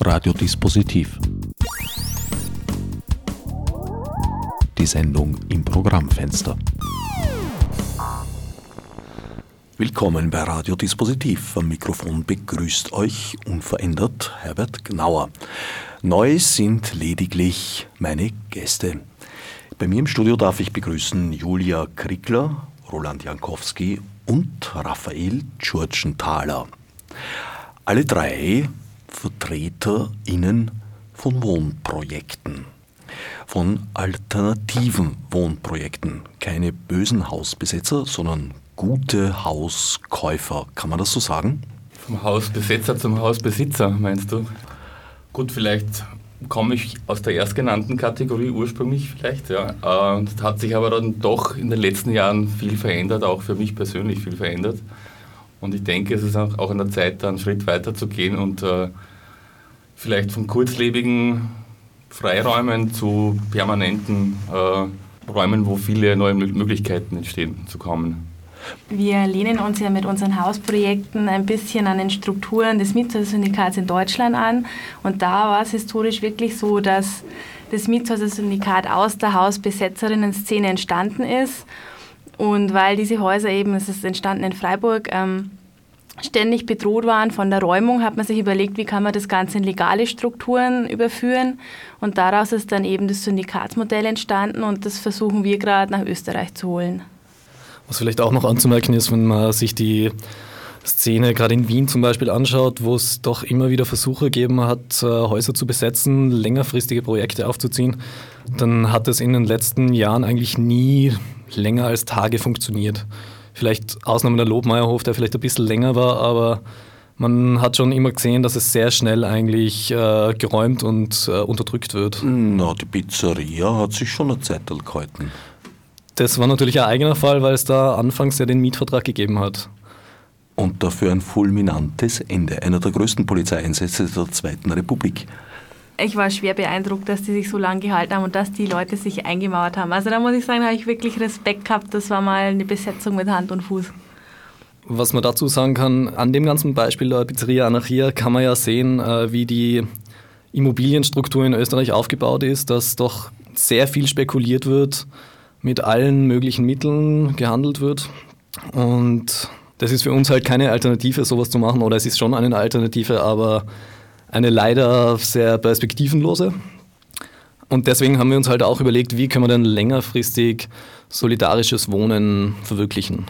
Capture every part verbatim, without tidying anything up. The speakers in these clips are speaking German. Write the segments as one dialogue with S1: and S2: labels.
S1: Radiodispositiv. Die Sendung im Programmfenster. Willkommen bei Radiodispositiv. Am Mikrofon begrüßt euch unverändert Herbert Gnauer. Neu sind lediglich meine Gäste. Bei mir im Studio darf ich begrüßen Julia Krickler, Roland Jankowski und Raphael Tschurtschenthaler. Alle drei VertreterInnen von Wohnprojekten, von alternativen Wohnprojekten. Keine bösen Hausbesetzer, sondern gute Hauskäufer. Kann man das so sagen?
S2: Vom Hausbesetzer zum Hausbesitzer, meinst du? Gut, vielleicht komme ich aus der erstgenannten Kategorie ursprünglich vielleicht, ja. Und hat sich aber dann doch in den letzten Jahren viel verändert, auch für mich persönlich viel verändert. Und ich denke, es ist auch an der Zeit, da einen Schritt weiter zu gehen und äh, vielleicht von kurzlebigen Freiräumen zu permanenten äh, Räumen, wo viele neue Möglichkeiten entstehen, zu kommen.
S3: Wir lehnen uns ja mit unseren Hausprojekten ein bisschen an den Strukturen des Mietshäuser-Syndikats in Deutschland an. Und da war es historisch wirklich so, dass das Mietshäuser-Syndikat aus der Hausbesetzerinnen-Szene entstanden ist. Und weil diese Häuser eben, es ist entstanden in Freiburg, ähm, ständig bedroht waren von der Räumung, hat man sich überlegt, wie kann man das Ganze in legale Strukturen überführen. Und daraus ist dann eben das Syndikatsmodell entstanden und das versuchen wir gerade nach Österreich zu holen.
S4: Was vielleicht auch noch anzumerken ist, wenn man sich die Szene gerade in Wien zum Beispiel anschaut, wo es doch immer wieder Versuche gegeben hat, Häuser zu besetzen, längerfristige Projekte aufzuziehen, dann hat es in den letzten Jahren eigentlich nie länger als Tage funktioniert. Vielleicht Ausnahme der Lobmeierhof, der vielleicht ein bisschen länger war, aber man hat schon immer gesehen, dass es sehr schnell eigentlich äh, geräumt und äh, unterdrückt wird.
S1: Na, die Pizzeria hat sich schon eine Zeit gehalten.
S4: Das war natürlich ein eigener Fall, weil es da anfangs ja den Mietvertrag gegeben hat.
S1: Und dafür ein fulminantes Ende. Einer der größten Polizeieinsätze der Zweiten Republik.
S3: Ich war schwer beeindruckt, dass die sich so lange gehalten haben und dass die Leute sich eingemauert haben. Also da muss ich sagen, da habe ich wirklich Respekt gehabt. Das war mal eine Besetzung mit Hand und Fuß.
S4: Was man dazu sagen kann, an dem ganzen Beispiel der Pizzeria Anarchia kann man ja sehen, wie die Immobilienstruktur in Österreich aufgebaut ist, dass doch sehr viel spekuliert wird, mit allen möglichen Mitteln gehandelt wird. Und das ist für uns halt keine Alternative, sowas zu machen. Oder es ist schon eine Alternative, aber eine leider sehr perspektivenlose. Und deswegen haben wir uns halt auch überlegt, wie können wir denn längerfristig solidarisches Wohnen verwirklichen.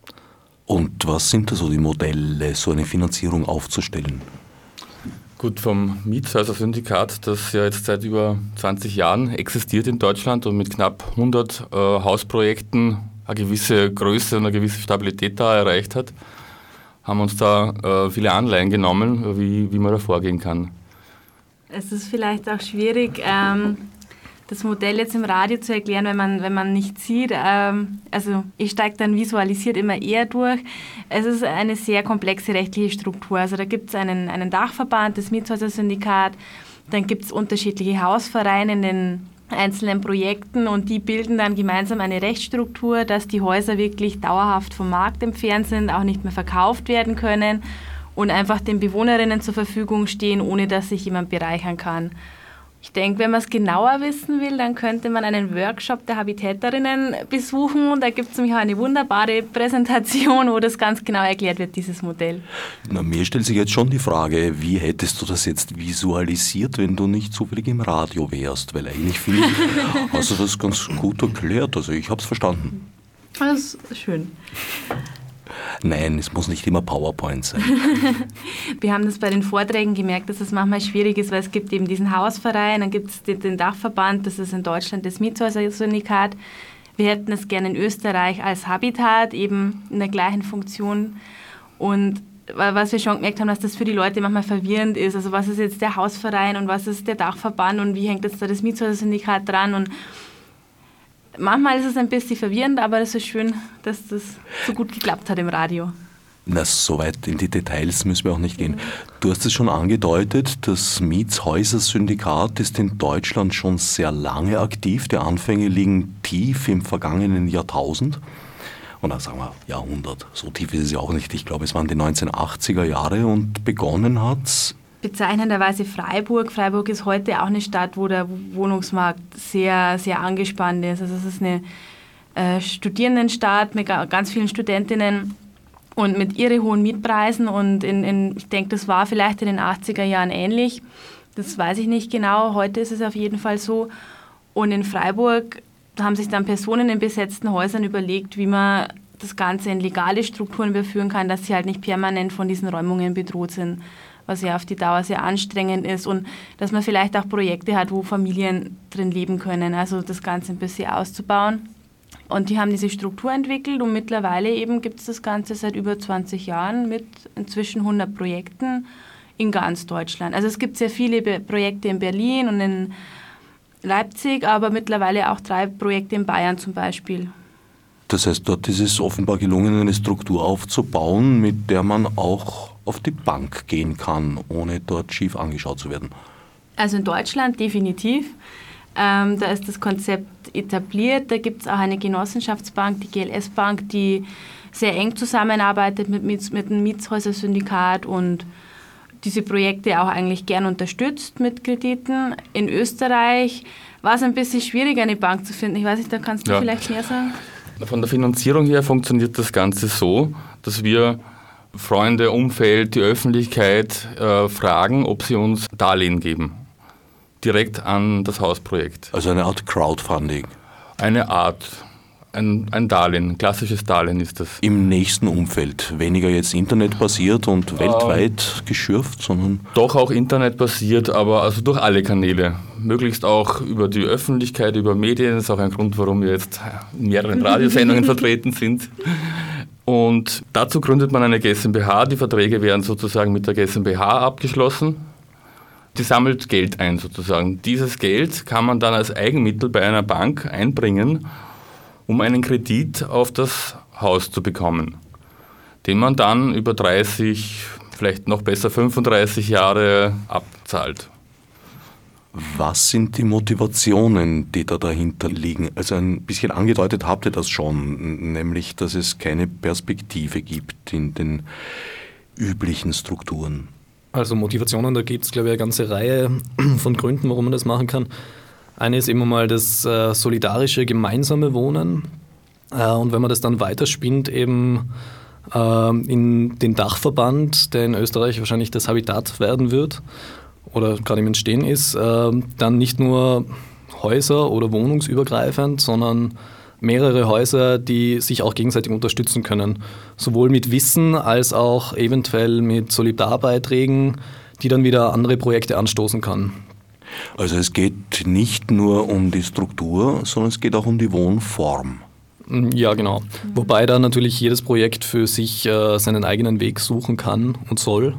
S1: Und was sind da so die Modelle, so eine Finanzierung aufzustellen?
S2: Gut, vom Mietshäuser-Syndikat, das ja jetzt seit über zwanzig Jahren existiert in Deutschland und mit knapp hundert äh, Hausprojekten eine gewisse Größe und eine gewisse Stabilität da erreicht hat, haben uns da äh, viele Anleihen genommen, wie, wie man da vorgehen kann.
S3: Es ist vielleicht auch schwierig, ähm, das Modell jetzt im Radio zu erklären, wenn man, wenn man nicht sieht. Ähm, also ich steige dann visualisiert immer eher durch. Es ist eine sehr komplexe rechtliche Struktur. Also da gibt es einen, einen Dachverband, das Mietshäuser-Syndikat, dann gibt es unterschiedliche Hausvereine in den einzelnen Projekten und die bilden dann gemeinsam eine Rechtsstruktur, dass die Häuser wirklich dauerhaft vom Markt entfernt sind, auch nicht mehr verkauft werden können und einfach den Bewohnerinnen zur Verfügung stehen, ohne dass sich jemand bereichern kann. Ich denke, wenn man es genauer wissen will, dann könnte man einen Workshop der Habitäterinnen besuchen und da gibt es nämlich auch eine wunderbare Präsentation, wo das ganz genau erklärt wird, dieses Modell.
S1: Na, mir stellt sich jetzt schon die Frage, wie hättest du das jetzt visualisiert, wenn du nicht zufällig im Radio wärst? Weil eigentlich finde ich, hast du das ganz gut erklärt, also ich habe es verstanden.
S3: Das ist schön.
S1: Nein, es muss nicht immer PowerPoint sein.
S3: Wir haben das bei den Vorträgen gemerkt, dass es manchmal schwierig ist, weil es gibt eben diesen Hausverein, dann gibt es den Dachverband, das ist in Deutschland das Mietshäuser-Syndikat. Wir hätten es gerne in Österreich als Habitat, eben in der gleichen Funktion. Und was wir schon gemerkt haben, dass das für die Leute manchmal verwirrend ist. Also was ist jetzt der Hausverein und was ist der Dachverband und wie hängt jetzt da das Mietshäuser-Syndikat dran? Und manchmal ist es ein bisschen verwirrend, aber es ist schön, dass das so gut geklappt hat im Radio.
S1: Na, so weit in die Details müssen wir auch nicht gehen. Du hast es schon angedeutet, das Mietshäuser-Syndikat ist in Deutschland schon sehr lange aktiv. Die Anfänge liegen tief im vergangenen Jahrtausend. Und dann sagen wir Jahrhundert. So tief ist es ja auch nicht. Ich glaube, es waren die neunzehnhundertachtziger Jahre und begonnen hat's.
S3: bezeichnenderweise Freiburg. Freiburg ist heute auch eine Stadt, wo der Wohnungsmarkt sehr, sehr angespannt ist. Also es ist eine äh, Studierendenstadt mit ganz vielen Studentinnen und mit irre hohen Mietpreisen. Und in, in, ich denke, das war vielleicht in den achtziger Jahren ähnlich. Das weiß ich nicht genau. Heute ist es auf jeden Fall so. Und in Freiburg haben sich dann Personen in besetzten Häusern überlegt, wie man das Ganze in legale Strukturen überführen kann, dass sie halt nicht permanent von diesen Räumungen bedroht sind, was ja auf die Dauer sehr anstrengend ist, und dass man vielleicht auch Projekte hat, wo Familien drin leben können, also das Ganze ein bisschen auszubauen. Und die haben diese Struktur entwickelt und mittlerweile eben gibt es das Ganze seit über zwanzig Jahren mit inzwischen hundert Projekten in ganz Deutschland. Also es gibt sehr viele Be- Projekte in Berlin und in Leipzig, aber mittlerweile auch drei Projekte in Bayern zum Beispiel.
S1: Das heißt, dort ist es offenbar gelungen, eine Struktur aufzubauen, mit der man auch auf die Bank gehen kann, ohne dort schief angeschaut zu werden.
S3: Also in Deutschland definitiv. Ähm, da ist das Konzept etabliert. Da gibt es auch eine Genossenschaftsbank, die G L S Bank, die sehr eng zusammenarbeitet mit, mit, mit dem Mietshäuser-Syndikat und diese Projekte auch eigentlich gern unterstützt mit Krediten. In Österreich war es ein bisschen schwieriger, eine Bank zu finden. Ich weiß nicht, da kannst du ja vielleicht mehr sagen.
S2: Von der Finanzierung her funktioniert das Ganze so, dass wir Freunde, Umfeld, die Öffentlichkeit äh, fragen, ob sie uns Darlehen geben. Direkt an das Hausprojekt.
S1: Also eine Art Crowdfunding.
S2: Eine Art, ein, ein Darlehen, ein klassisches Darlehen ist das.
S1: Im nächsten Umfeld, weniger jetzt internetbasiert und äh, weltweit geschürft, sondern...
S2: Doch auch internetbasiert, aber also durch alle Kanäle. Möglichst auch über die Öffentlichkeit, über Medien. Das ist auch ein Grund, warum wir jetzt in mehreren Radiosendungen vertreten sind. Und dazu gründet man eine GmbH. Die Verträge werden sozusagen mit der GmbH abgeschlossen. Die sammelt Geld ein sozusagen. Dieses Geld kann man dann als Eigenmittel bei einer Bank einbringen, um einen Kredit auf das Haus zu bekommen, den man dann über dreißig, vielleicht noch besser fünfunddreißig Jahre abzahlt.
S1: Was sind die Motivationen, die da dahinter liegen? Also ein bisschen angedeutet habt ihr das schon, nämlich, dass es keine Perspektive gibt in den üblichen Strukturen.
S4: Also Motivationen, da gibt es, glaube ich, eine ganze Reihe von Gründen, warum man das machen kann. Eine ist immer mal das äh, solidarische gemeinsame Wohnen. Äh, und wenn man das dann weiterspinnt, eben äh, in den Dachverband, der in Österreich wahrscheinlich das Habitat werden wird oder gerade im Entstehen ist, äh, dann nicht nur Häuser oder wohnungsübergreifend, sondern mehrere Häuser, die sich auch gegenseitig unterstützen können. Sowohl mit Wissen als auch eventuell mit Solidarbeiträgen, die dann wieder andere Projekte anstoßen kann.
S1: Also es geht nicht nur um die Struktur, sondern es geht auch um die Wohnform.
S4: Ja, genau. Wobei da natürlich jedes Projekt für sich äh, seinen eigenen Weg suchen kann und soll.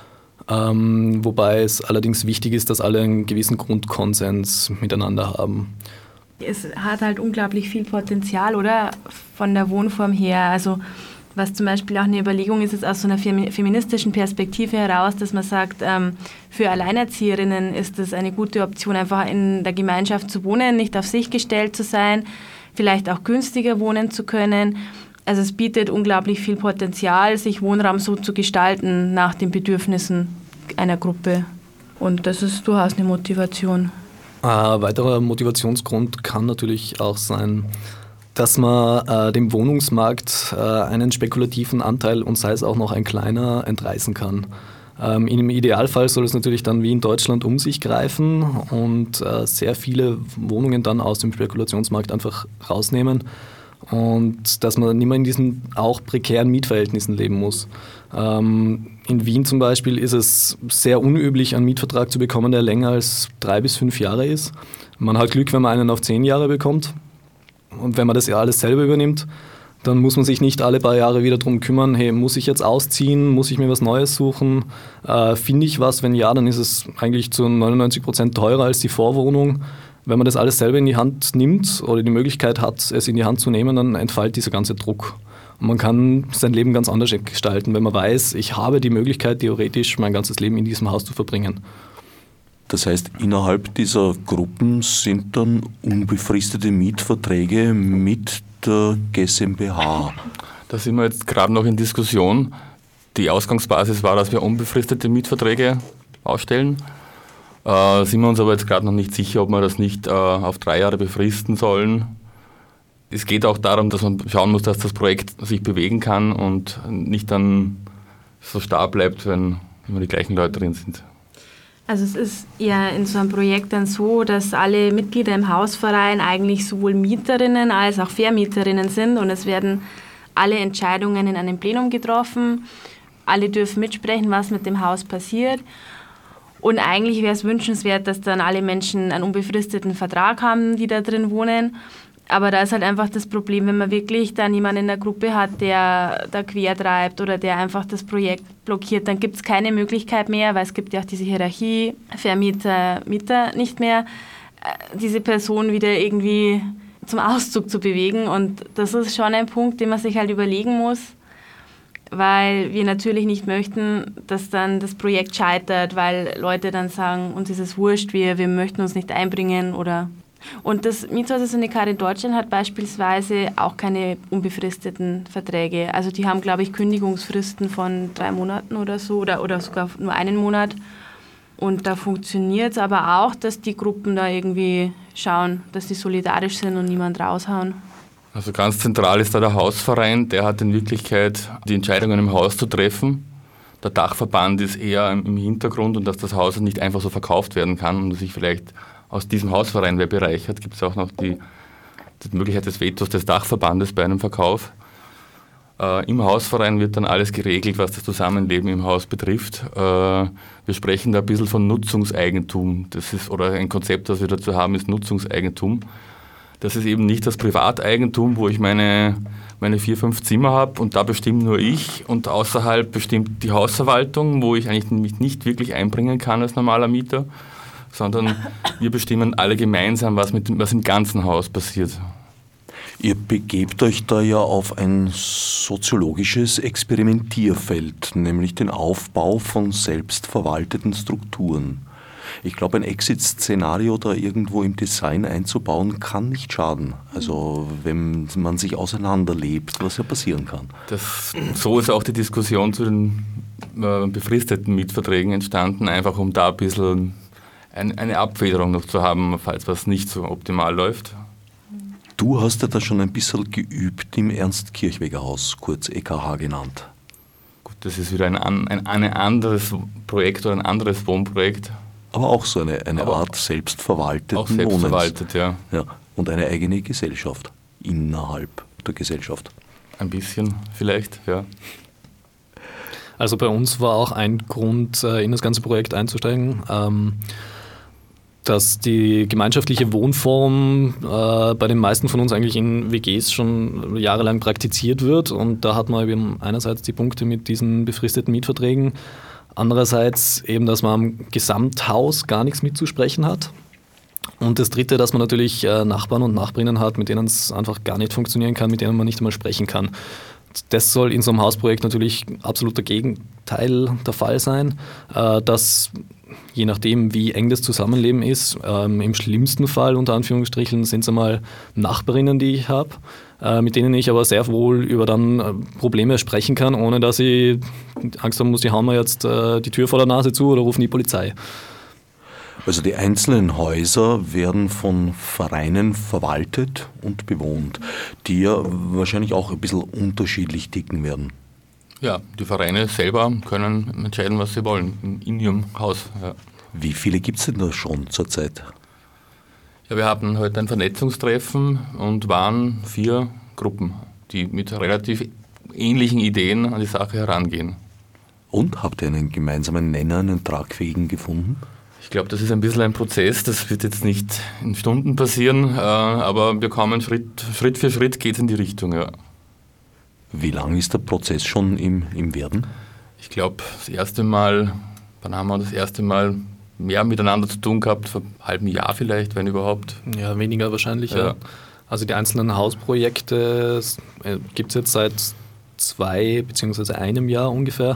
S4: Ähm, wobei es allerdings wichtig ist, dass alle einen gewissen Grundkonsens miteinander haben.
S3: Es hat halt unglaublich viel Potenzial, oder? Von der Wohnform her. Also was zum Beispiel auch eine Überlegung ist, ist aus so einer feministischen Perspektive heraus, dass man sagt, ähm, für Alleinerzieherinnen ist es eine gute Option, einfach in der Gemeinschaft zu wohnen, nicht auf sich gestellt zu sein, vielleicht auch günstiger wohnen zu können. Also es bietet unglaublich viel Potenzial, sich Wohnraum so zu gestalten nach den Bedürfnissen einer Gruppe. Und das ist durchaus eine Motivation.
S4: Ein weiterer Motivationsgrund kann natürlich auch sein, dass man äh, dem Wohnungsmarkt äh, einen spekulativen Anteil und sei es auch noch ein kleiner entreißen kann. Ähm, im Idealfall soll es natürlich dann wie in Deutschland um sich greifen und äh, sehr viele Wohnungen dann aus dem Spekulationsmarkt einfach rausnehmen und dass man nicht mehr in diesen auch prekären Mietverhältnissen leben muss. Ähm, in Wien zum Beispiel ist es sehr unüblich, einen Mietvertrag zu bekommen, der länger als drei bis fünf Jahre ist. Man hat Glück, wenn man einen auf zehn Jahre bekommt. Und wenn man das ja alles selber übernimmt, dann muss man sich nicht alle paar Jahre wieder darum kümmern, hey, muss ich jetzt ausziehen, muss ich mir was Neues suchen, äh, finde ich was, wenn ja, dann ist es eigentlich zu neunundneunzig Prozent teurer als die Vorwohnung. Wenn man das alles selber in die Hand nimmt oder die Möglichkeit hat, es in die Hand zu nehmen, dann entfällt dieser ganze Druck. Und man kann sein Leben ganz anders gestalten, wenn man weiß, ich habe die Möglichkeit, theoretisch mein ganzes Leben in diesem Haus zu verbringen.
S1: Das heißt, innerhalb dieser Gruppen sind dann unbefristete Mietverträge mit der GmbH.
S2: Da sind wir jetzt gerade noch in Diskussion. Die Ausgangsbasis war, dass wir unbefristete Mietverträge ausstellen. Äh, sind wir uns aber jetzt gerade noch nicht sicher, ob wir das nicht äh, auf drei Jahre befristen sollen. Es geht auch darum, dass man schauen muss, dass das Projekt sich bewegen kann und nicht dann so starr bleibt, wenn immer die gleichen Leute drin sind.
S3: Also es ist ja in so einem Projekt dann so, dass alle Mitglieder im Hausverein eigentlich sowohl Mieterinnen als auch Vermieterinnen sind und es werden alle Entscheidungen in einem Plenum getroffen. Alle dürfen mitsprechen, was mit dem Haus passiert. Und eigentlich wäre es wünschenswert, dass dann alle Menschen einen unbefristeten Vertrag haben, die da drin wohnen. Aber da ist halt einfach das Problem, wenn man wirklich dann jemanden in der Gruppe hat, der da quer treibt oder der einfach das Projekt blockiert, dann gibt es keine Möglichkeit mehr, weil es gibt ja auch diese Hierarchie, Vermieter, Mieter nicht mehr, diese Person wieder irgendwie zum Auszug zu bewegen. Und das ist schon ein Punkt, den man sich halt überlegen muss, weil wir natürlich nicht möchten, dass dann das Projekt scheitert, weil Leute dann sagen, uns ist es wurscht, wir, wir möchten uns nicht einbringen oder... Und das Mietshäuser-Syndikat in Deutschland hat beispielsweise auch keine unbefristeten Verträge. Also die haben, glaube ich, Kündigungsfristen von drei Monaten oder so oder, oder sogar nur einen Monat. Und da funktioniert es aber auch, dass die Gruppen da irgendwie schauen, dass die solidarisch sind und niemand raushauen.
S2: Also ganz zentral ist da der Hausverein, der hat in Wirklichkeit die Entscheidungen im Haus zu treffen. Der Dachverband ist eher im Hintergrund und dass das Haus nicht einfach so verkauft werden kann und sich vielleicht aus diesem Hausverein wer bereichert, gibt es auch noch die, die Möglichkeit des Vetos des Dachverbandes bei einem Verkauf. Äh, Im Hausverein wird dann alles geregelt, was das Zusammenleben im Haus betrifft. Äh, wir sprechen da ein bisschen von Nutzungseigentum. Das ist, oder ein Konzept, das wir dazu haben, ist Nutzungseigentum. Das ist eben nicht das Privateigentum, wo ich meine, meine vier, fünf Zimmer habe und da bestimmt nur ich und außerhalb bestimmt die Hausverwaltung, wo ich eigentlich mich nicht wirklich einbringen kann als normaler Mieter, sondern wir bestimmen alle gemeinsam, was, mit dem, was im ganzen Haus passiert.
S1: Ihr begebt euch da ja auf ein soziologisches Experimentierfeld, nämlich den Aufbau von selbstverwalteten Strukturen. Ich glaube, ein Exit-Szenario da irgendwo im Design einzubauen, kann nicht schaden. Also wenn man sich auseinanderlebt, was ja passieren kann.
S2: Das, so ist auch die Diskussion zu den äh, befristeten Mietverträgen entstanden, einfach um da ein bisschen eine Abfederung noch zu haben, falls was nicht so optimal läuft.
S1: Du hast ja da schon ein bisschen geübt im Ernst-Kirchweger-Haus, kurz E K H genannt.
S2: Gut, das ist wieder ein, ein, ein anderes Projekt oder ein anderes Wohnprojekt.
S1: Aber auch so eine, eine Art selbstverwalteten
S2: Wohnens. Auch selbstverwaltet, ja.
S1: ja. Und eine eigene Gesellschaft innerhalb der Gesellschaft.
S2: Ein bisschen vielleicht, ja.
S4: Also bei uns war auch ein Grund, in das ganze Projekt einzusteigen, ähm, dass die gemeinschaftliche Wohnform äh, bei den meisten von uns eigentlich in W Gs schon jahrelang praktiziert wird. Und da hat man eben einerseits die Punkte mit diesen befristeten Mietverträgen, andererseits eben, dass man am Gesamthaus gar nichts mitzusprechen hat. Und das Dritte, dass man natürlich äh, Nachbarn und Nachbarinnen hat, mit denen es einfach gar nicht funktionieren kann, mit denen man nicht einmal sprechen kann. Das soll in so einem Hausprojekt natürlich absoluter Gegenteil der Fall sein, äh, dass je nachdem, wie eng das Zusammenleben ist, ähm, im schlimmsten Fall, unter Anführungsstrichen, sind es einmal Nachbarinnen, die ich habe, äh, mit denen ich aber sehr wohl über dann äh, Probleme sprechen kann, ohne dass ich Angst haben muss, die hauen mir jetzt äh, die Tür vor der Nase zu oder rufen die Polizei.
S1: Also die einzelnen Häuser werden von Vereinen verwaltet und bewohnt, die ja wahrscheinlich auch ein bisschen unterschiedlich ticken werden.
S2: Ja, die Vereine selber können entscheiden, was sie wollen in, in ihrem Haus. Ja.
S1: Wie viele gibt es denn da schon zurzeit?
S2: Ja, wir hatten heute ein Vernetzungstreffen und waren vier Gruppen, die mit relativ ähnlichen Ideen an die Sache herangehen.
S1: Und habt ihr einen gemeinsamen Nenner, einen tragfähigen gefunden?
S2: Ich glaube, das ist ein bisschen ein Prozess, das wird jetzt nicht in Stunden passieren, äh, aber wir kommen Schritt, Schritt für Schritt geht es in die Richtung, ja.
S1: Wie lange ist der Prozess schon im, im Werden?
S2: Ich glaube, das erste Mal, wann haben wir das erste Mal mehr miteinander zu tun gehabt? Vor einem halben Jahr vielleicht, wenn überhaupt.
S4: Ja, weniger wahrscheinlich, ja. ja. Also die einzelnen Hausprojekte gibt es jetzt seit zwei bzw. einem Jahr ungefähr.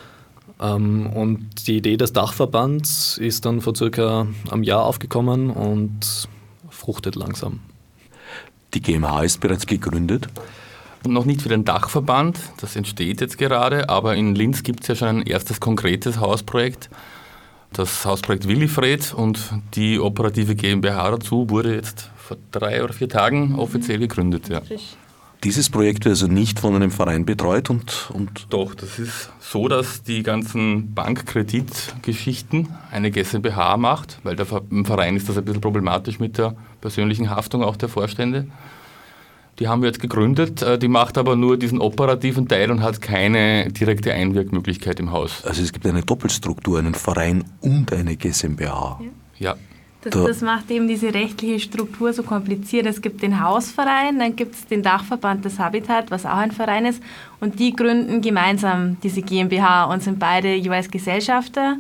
S4: Und die Idee des Dachverbands ist dann vor circa einem Jahr aufgekommen und fruchtet langsam.
S1: Die G m H ist bereits gegründet?
S2: Und noch nicht für den Dachverband, das entsteht jetzt gerade, aber in Linz gibt es ja schon ein erstes konkretes Hausprojekt, Das Hausprojekt Willifred und die operative GmbH dazu wurde jetzt vor drei oder vier Tagen offiziell gegründet. Ja.
S1: Dieses Projekt wird also nicht von einem Verein betreut und, und...
S2: Doch, das ist so, dass die ganzen Bankkreditgeschichten eine GmbH macht, weil der, im Verein ist das ein bisschen problematisch mit der persönlichen Haftung auch der Vorstände. Die haben wir jetzt gegründet, die macht aber nur diesen operativen Teil und hat keine direkte Einwirkmöglichkeit im Haus.
S1: Also es gibt eine Doppelstruktur, einen Verein und eine GmbH.
S2: Ja.
S3: Das, das macht eben diese rechtliche Struktur so kompliziert. Es gibt den Hausverein, dann gibt es den Dachverband des Habitat, was auch ein Verein ist, und die gründen gemeinsam diese GmbH und sind beide jeweils Gesellschafter.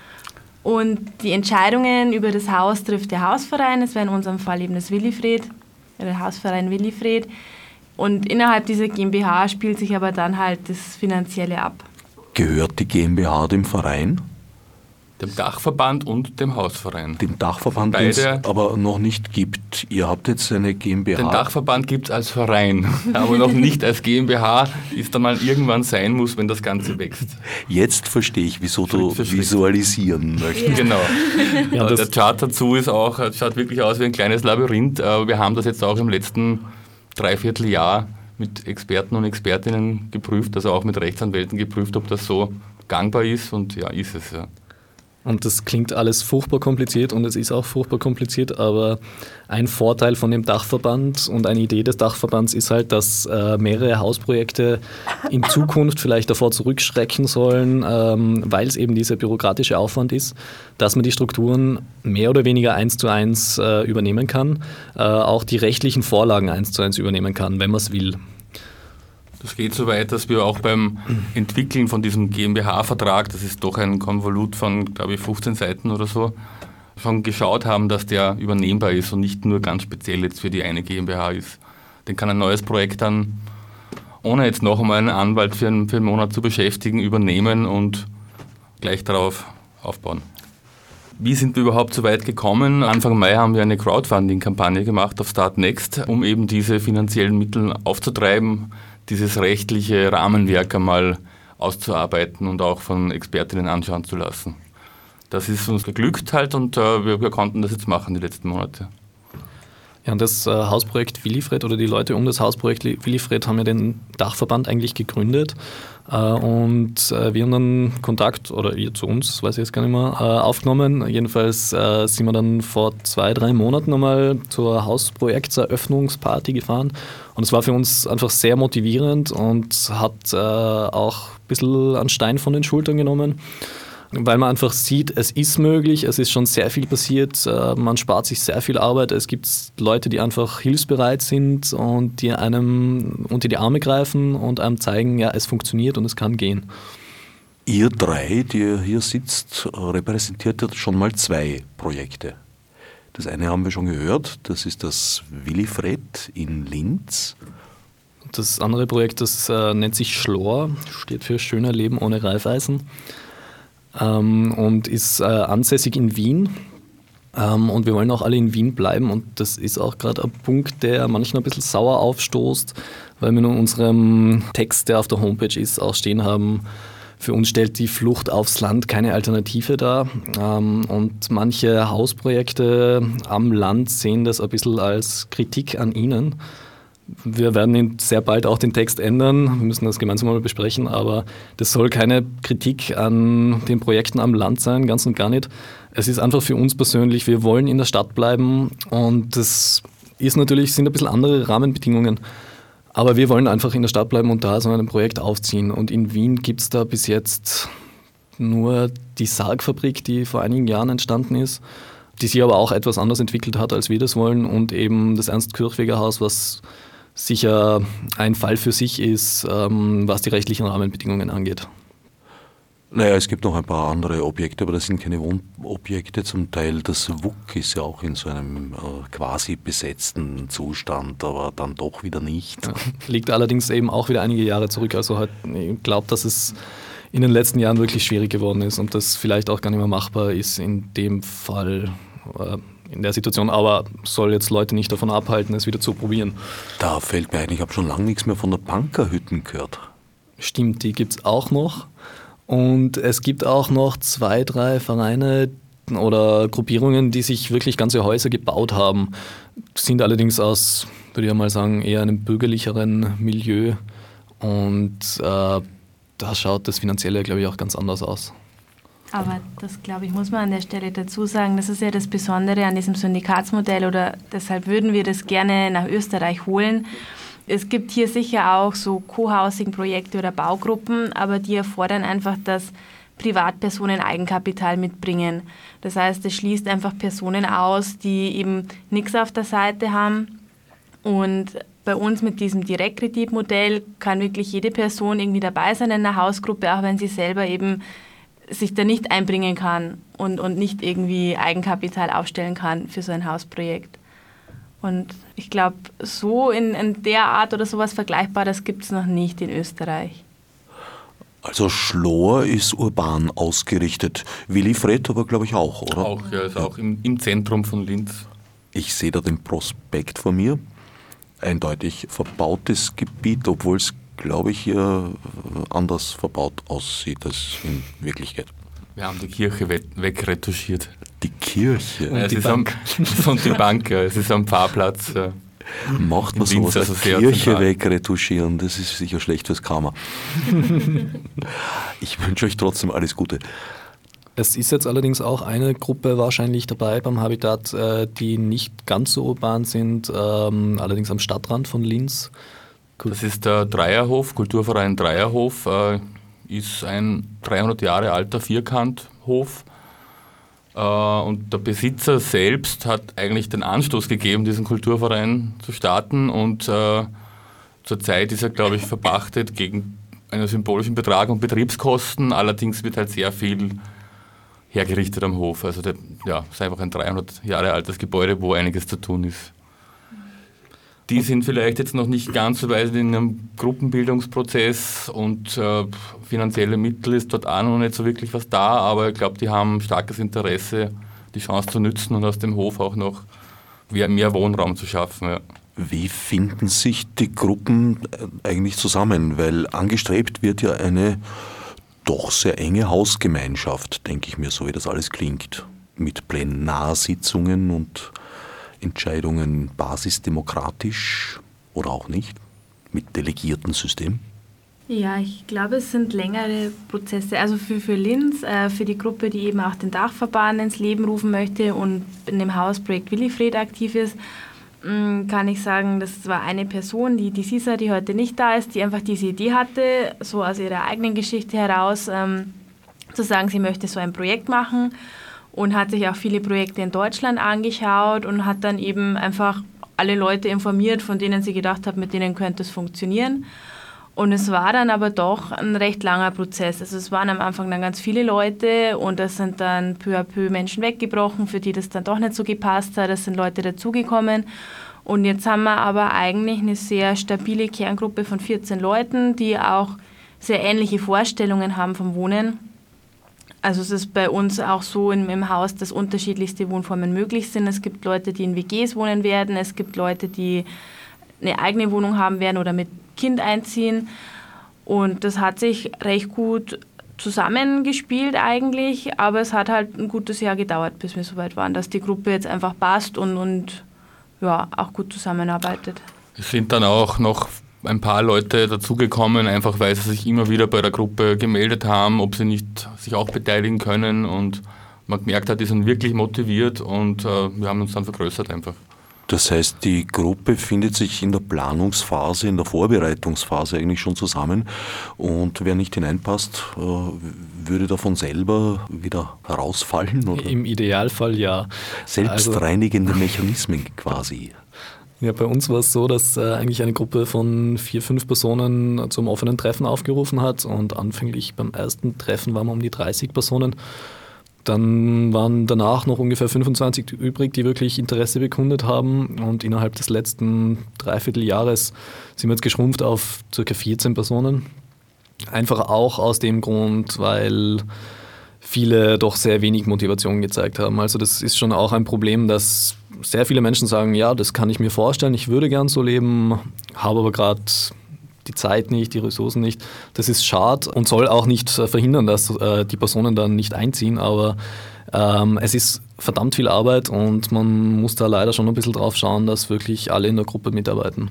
S3: Und die Entscheidungen über das Haus trifft der Hausverein, das wäre in unserem Fall eben das Willifred, der Hausverein Willifred. Und innerhalb dieser GmbH spielt sich aber dann halt das Finanzielle ab.
S1: Gehört die GmbH dem Verein?
S2: Dem Dachverband und dem Hausverein.
S1: Dem Dachverband, den es aber noch nicht gibt. Ihr habt jetzt eine GmbH.
S2: Den Dachverband gibt es als Verein, aber noch nicht als GmbH, die es dann mal irgendwann sein muss, wenn das Ganze wächst.
S1: Jetzt verstehe ich, wieso Schritt du visualisieren möchtest.
S2: Ja. Genau. Ja, der Chart dazu ist auch, schaut wirklich aus wie ein kleines Labyrinth. Wir haben das jetzt auch im letzten Dreivierteljahr mit Experten und Expertinnen geprüft, also auch mit Rechtsanwälten geprüft, ob das so gangbar ist, und ja, ist es. Ja.
S4: Und das klingt alles furchtbar kompliziert und es ist auch furchtbar kompliziert, aber ein Vorteil von dem Dachverband und eine Idee des Dachverbands ist halt, dass äh, mehrere Hausprojekte in Zukunft vielleicht davor zurückschrecken sollen, ähm, weil es eben dieser bürokratische Aufwand ist, dass man die Strukturen mehr oder weniger eins zu eins äh, übernehmen kann, äh, auch die rechtlichen Vorlagen eins zu eins übernehmen kann, wenn man es will.
S2: Das geht so weit, dass wir auch beim Entwickeln von diesem GmbH-Vertrag, das ist doch ein Konvolut von, glaube ich, fünfzehn Seiten oder so, schon geschaut haben, dass der übernehmbar ist und nicht nur ganz speziell jetzt für die eine GmbH ist. Den kann ein neues Projekt dann, ohne jetzt noch einmal einen Anwalt für einen, für einen Monat zu beschäftigen, übernehmen und gleich darauf aufbauen. Wie sind wir überhaupt so weit gekommen? Anfang Mai haben wir eine Crowdfunding-Kampagne gemacht auf Startnext, um eben diese finanziellen Mittel aufzutreiben, dieses rechtliche Rahmenwerk einmal auszuarbeiten und auch von Expertinnen anschauen zu lassen. Das ist uns geglückt halt und äh, wir, wir konnten das jetzt machen die letzten Monate.
S4: Ja, und das äh, Hausprojekt Willifred oder die Leute um das Hausprojekt Willifred haben ja den Dachverband eigentlich gegründet äh, und äh, wir haben dann Kontakt, oder ihr zu uns, weiß ich jetzt gar nicht mehr, äh, aufgenommen. Jedenfalls äh, sind wir dann vor zwei, drei Monaten einmal zur Hausprojektseröffnungsparty gefahren und es war für uns einfach sehr motivierend und hat äh, auch ein bisschen einen Stein von den Schultern genommen. Weil man einfach sieht, es ist möglich, es ist schon sehr viel passiert, man spart sich sehr viel Arbeit, es gibt Leute, die einfach hilfsbereit sind und die einem unter die Arme greifen und einem zeigen, ja, es funktioniert und es kann gehen.
S1: Ihr drei, die ihr hier sitzt, repräsentiert ja schon mal zwei Projekte. Das eine haben wir schon gehört, das ist das Willifred in Linz.
S4: Das andere Projekt, das äh, nennt sich Schlor, steht für Schöner Leben ohne Reifeisen. Ähm, und ist äh, ansässig in Wien. Ähm, und wir wollen auch alle in Wien bleiben. Und das ist auch gerade ein Punkt, der manchmal ein bisschen sauer aufstoßt, weil wir in unserem Text, der auf der Homepage ist, auch stehen haben, für uns stellt die Flucht aufs Land keine Alternative dar. Ähm, und manche Hausprojekte am Land sehen das ein bisschen als Kritik an ihnen. Wir werden sehr bald auch den Text ändern, wir müssen das gemeinsam mal besprechen, aber das soll keine Kritik an den Projekten am Land sein, ganz und gar nicht. Es ist einfach für uns persönlich, wir wollen in der Stadt bleiben und das ist natürlich, sind ein bisschen andere Rahmenbedingungen, aber wir wollen einfach in der Stadt bleiben und da so ein Projekt aufziehen. Und in Wien gibt es da bis jetzt nur die Sargfabrik, die vor einigen Jahren entstanden ist, die sich aber auch etwas anders entwickelt hat, als wir das wollen, und eben das Ernst-Kirchweger-Haus, was sicher ein Fall für sich ist, ähm, was die rechtlichen Rahmenbedingungen angeht.
S1: Naja, es gibt noch ein paar andere Objekte, aber das sind keine Wohnobjekte. Zum Teil das W U K ist ja auch in so einem äh, quasi besetzten Zustand, aber dann doch wieder nicht.
S4: Ja, liegt allerdings eben auch wieder einige Jahre zurück. Also halt, ich glaube, dass es in den letzten Jahren wirklich schwierig geworden ist und das vielleicht auch gar nicht mehr machbar ist in dem Fall, äh, in der Situation, aber soll jetzt Leute nicht davon abhalten, es wieder zu probieren.
S1: Da fällt mir ein, ich habe schon lange nichts mehr von der Punkerhütten gehört.
S4: Stimmt, die gibt es auch noch. Und es gibt auch noch zwei, drei Vereine oder Gruppierungen, die sich wirklich ganze Häuser gebaut haben. Sind allerdings aus, würde ich mal sagen, eher einem bürgerlicheren Milieu. Und äh, da schaut das Finanzielle, glaube ich, auch ganz anders aus.
S3: Aber das, glaube ich, muss man an der Stelle dazu sagen, das ist ja das Besondere an diesem Syndikatsmodell oder deshalb würden wir das gerne nach Österreich holen. Es gibt hier sicher auch so Co-Housing-Projekte oder Baugruppen, aber die erfordern einfach, dass Privatpersonen Eigenkapital mitbringen. Das heißt, es schließt einfach Personen aus, die eben nichts auf der Seite haben. Und bei uns mit diesem Direktkreditmodell kann wirklich jede Person irgendwie dabei sein in einer Hausgruppe, auch wenn sie selber eben sich da nicht einbringen kann und, und nicht irgendwie Eigenkapital aufstellen kann für so ein Hausprojekt. Und ich glaube, so in, in der Art oder sowas Vergleichbares gibt es noch nicht in Österreich.
S1: Also Schlohr ist urban ausgerichtet. Willifred aber, glaube ich, auch, oder?
S2: Auch, ja, ist auch im, im Zentrum von Linz.
S1: Ich sehe da den Prospekt vor mir. Eindeutig verbautes Gebiet, obwohl es, glaube ich, hier anders verbaut aussieht als in Wirklichkeit.
S2: Wir haben die Kirche we- wegretuschiert.
S1: Die Kirche?
S2: Und, ja, die, Bank. Am, und die Bank, ja. Es ist am Pfarrplatz. Ja.
S1: Macht man sowas,
S2: also
S1: eine Kirche wegretuschieren, das ist sicher schlecht fürs Karma. Ich wünsche euch trotzdem alles Gute.
S4: Es ist jetzt allerdings auch eine Gruppe wahrscheinlich dabei beim Habitat, die nicht ganz so urban sind, allerdings am Stadtrand von Linz.
S2: Das ist der Dreierhof, Kulturverein Dreierhof, ist ein dreihundert Jahre alter Vierkanthof. Und der Besitzer selbst hat eigentlich den Anstoß gegeben, diesen Kulturverein zu starten. Und äh, zurzeit ist er, glaube ich, verpachtet gegen einen symbolischen Betrag und Betriebskosten. Allerdings wird halt sehr viel hergerichtet am Hof. Also der, ja, es ist einfach ein dreihundert Jahre altes Gebäude, wo einiges zu tun ist. Die sind vielleicht jetzt noch nicht ganz so weit in einem Gruppenbildungsprozess und äh, finanzielle Mittel ist dort auch noch nicht so wirklich was da, aber ich glaube, die haben starkes Interesse, die Chance zu nützen und aus dem Hof auch noch mehr Wohnraum zu schaffen. Ja.
S1: Wie finden sich die Gruppen eigentlich zusammen? Weil angestrebt wird ja eine doch sehr enge Hausgemeinschaft, denke ich mir, so wie das alles klingt, mit Plenarsitzungen und Entscheidungen basisdemokratisch oder auch nicht, mit Delegiertensystem?
S3: Ja, ich glaube, es sind längere Prozesse. Also für, für Linz, äh, für die Gruppe, die eben auch den Dachverband ins Leben rufen möchte und in dem Hausprojekt Willifred aktiv ist, mh, kann ich sagen, das war eine Person, die, die Sisa, die heute nicht da ist, die einfach diese Idee hatte, so aus ihrer eigenen Geschichte heraus, ähm, zu sagen, sie möchte so ein Projekt machen. Und hat sich auch viele Projekte in Deutschland angeschaut und hat dann eben einfach alle Leute informiert, von denen sie gedacht hat, mit denen könnte es funktionieren. Und es war dann aber doch ein recht langer Prozess. Also es waren am Anfang dann ganz viele Leute und es sind dann peu à peu Menschen weggebrochen, für die das dann doch nicht so gepasst hat. Es sind Leute dazugekommen. Und jetzt haben wir aber eigentlich eine sehr stabile Kerngruppe von vierzehn Leuten, die auch sehr ähnliche Vorstellungen haben vom Wohnen. Also es ist bei uns auch so im, im Haus, dass unterschiedlichste Wohnformen möglich sind. Es gibt Leute, die in W Gs wohnen werden, es gibt Leute, die eine eigene Wohnung haben werden oder mit Kind einziehen. Und das hat sich recht gut zusammengespielt eigentlich, aber es hat halt ein gutes Jahr gedauert, bis wir so weit waren, dass die Gruppe jetzt einfach passt und, und ja, auch gut zusammenarbeitet.
S2: Es sind dann auch noch ein paar Leute dazugekommen, einfach weil sie sich immer wieder bei der Gruppe gemeldet haben, ob sie nicht sich auch beteiligen können und man gemerkt hat, die sind wirklich motiviert und äh, wir haben uns dann vergrößert einfach.
S1: Das heißt, die Gruppe findet sich in der Planungsphase, in der Vorbereitungsphase eigentlich schon zusammen und wer nicht hineinpasst, äh, würde davon selber wieder herausfallen? Oder?
S4: Im Idealfall ja.
S1: Selbstreinigende also, Mechanismen quasi.
S4: Ja, bei uns war es so, dass äh, eigentlich eine Gruppe von vier, fünf Personen zum offenen Treffen aufgerufen hat und anfänglich beim ersten Treffen waren wir um die dreißig Personen. Dann waren danach noch ungefähr fünfundzwanzig übrig, die wirklich Interesse bekundet haben und innerhalb des letzten Dreivierteljahres sind wir jetzt geschrumpft auf ca. vierzehn Personen. Einfach auch aus dem Grund, weil viele doch sehr wenig Motivation gezeigt haben. Also das ist schon auch ein Problem, dass sehr viele Menschen sagen, ja, das kann ich mir vorstellen, ich würde gern so leben, habe aber gerade die Zeit nicht, die Ressourcen nicht. Das ist schade und soll auch nicht verhindern, dass äh, die Personen dann nicht einziehen, aber ähm, es ist verdammt viel Arbeit und man muss da leider schon ein bisschen drauf schauen, dass wirklich alle in der Gruppe mitarbeiten.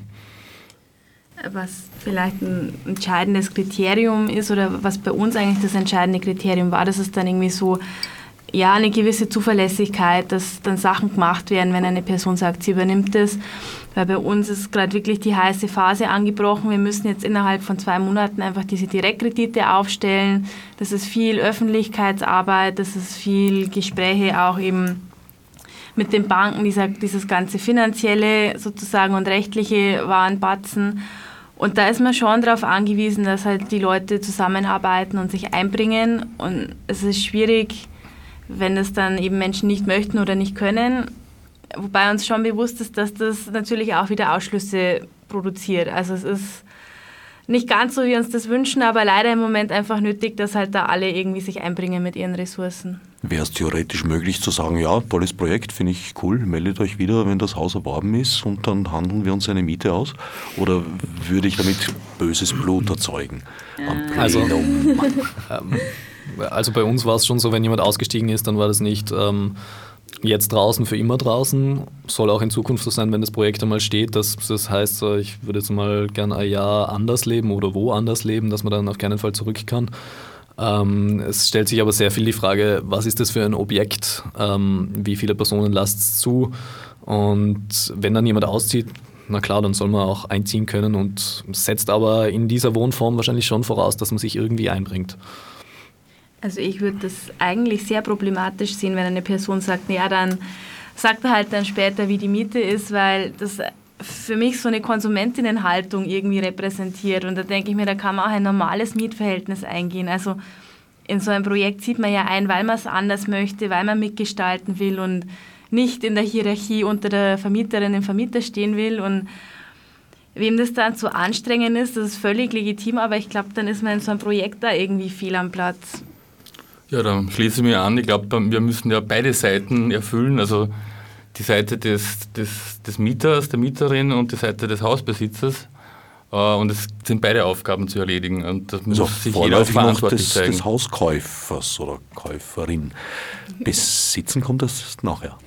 S3: Was vielleicht ein entscheidendes Kriterium ist oder was bei uns eigentlich das entscheidende Kriterium war, dass es dann irgendwie so, ja, eine gewisse Zuverlässigkeit, dass dann Sachen gemacht werden, wenn eine Person sagt, sie übernimmt das. Weil bei uns ist gerade wirklich die heiße Phase angebrochen. Wir müssen jetzt innerhalb von zwei Monaten einfach diese Direktkredite aufstellen. Das ist viel Öffentlichkeitsarbeit, das ist viel Gespräche auch eben mit den Banken, dieser, dieses ganze finanzielle sozusagen und rechtliche war ein Batzen. Und da ist man schon darauf angewiesen, dass halt die Leute zusammenarbeiten und sich einbringen. Und es ist schwierig, wenn das dann eben Menschen nicht möchten oder nicht können. Wobei uns schon bewusst ist, dass das natürlich auch wieder Ausschlüsse produziert. Also es ist nicht ganz so, wie wir uns das wünschen, aber leider im Moment einfach nötig, dass halt da alle irgendwie sich einbringen mit ihren Ressourcen.
S1: Wäre es theoretisch möglich zu sagen, ja, tolles Projekt, finde ich cool, meldet euch wieder, wenn das Haus erworben ist und dann handeln wir uns eine Miete aus? Oder würde ich damit böses Blut erzeugen?
S4: Also, ähm, also bei uns war es schon so, wenn jemand ausgestiegen ist, dann war das nicht ähm, jetzt draußen für immer draußen. Soll auch in Zukunft so sein, wenn das Projekt einmal steht. Dass, das heißt, ich würde jetzt mal gerne ein Jahr anders leben oder woanders leben, dass man dann auf keinen Fall zurück kann. Ähm, es stellt sich aber sehr viel die Frage, was ist das für ein Objekt? Ähm, wie viele Personen lasst es zu? Und wenn dann jemand auszieht, na klar, dann soll man auch einziehen können und setzt aber in dieser Wohnform wahrscheinlich schon voraus, dass man sich irgendwie einbringt.
S3: Also ich würde das eigentlich sehr problematisch sehen, wenn eine Person sagt, ja, dann sagt er halt dann später, wie die Miete ist, weil das für mich so eine Konsumentinnenhaltung irgendwie repräsentiert. Und da denke ich mir, da kann man auch ein normales Mietverhältnis eingehen. Also in so einem Projekt sieht man ja ein, weil man es anders möchte, weil man mitgestalten will und nicht in der Hierarchie unter der Vermieterin, dem Vermieter stehen will. Und wem das dann zu anstrengend ist, das ist völlig legitim, aber ich glaube, dann ist man in so einem Projekt da irgendwie fehl am Platz.
S2: Ja, da schließe ich mich an. Ich glaube, wir müssen ja beide Seiten erfüllen, also die Seite des, des, des Mieters, der Mieterin und die Seite des Hausbesitzers. Und es sind beide Aufgaben zu erledigen. Und das muss
S1: also
S2: sich jeder auch verantwortlich
S1: des,
S2: zeigen.
S1: des Hauskäufers oder Käuferin. Besitzen kommt das nachher.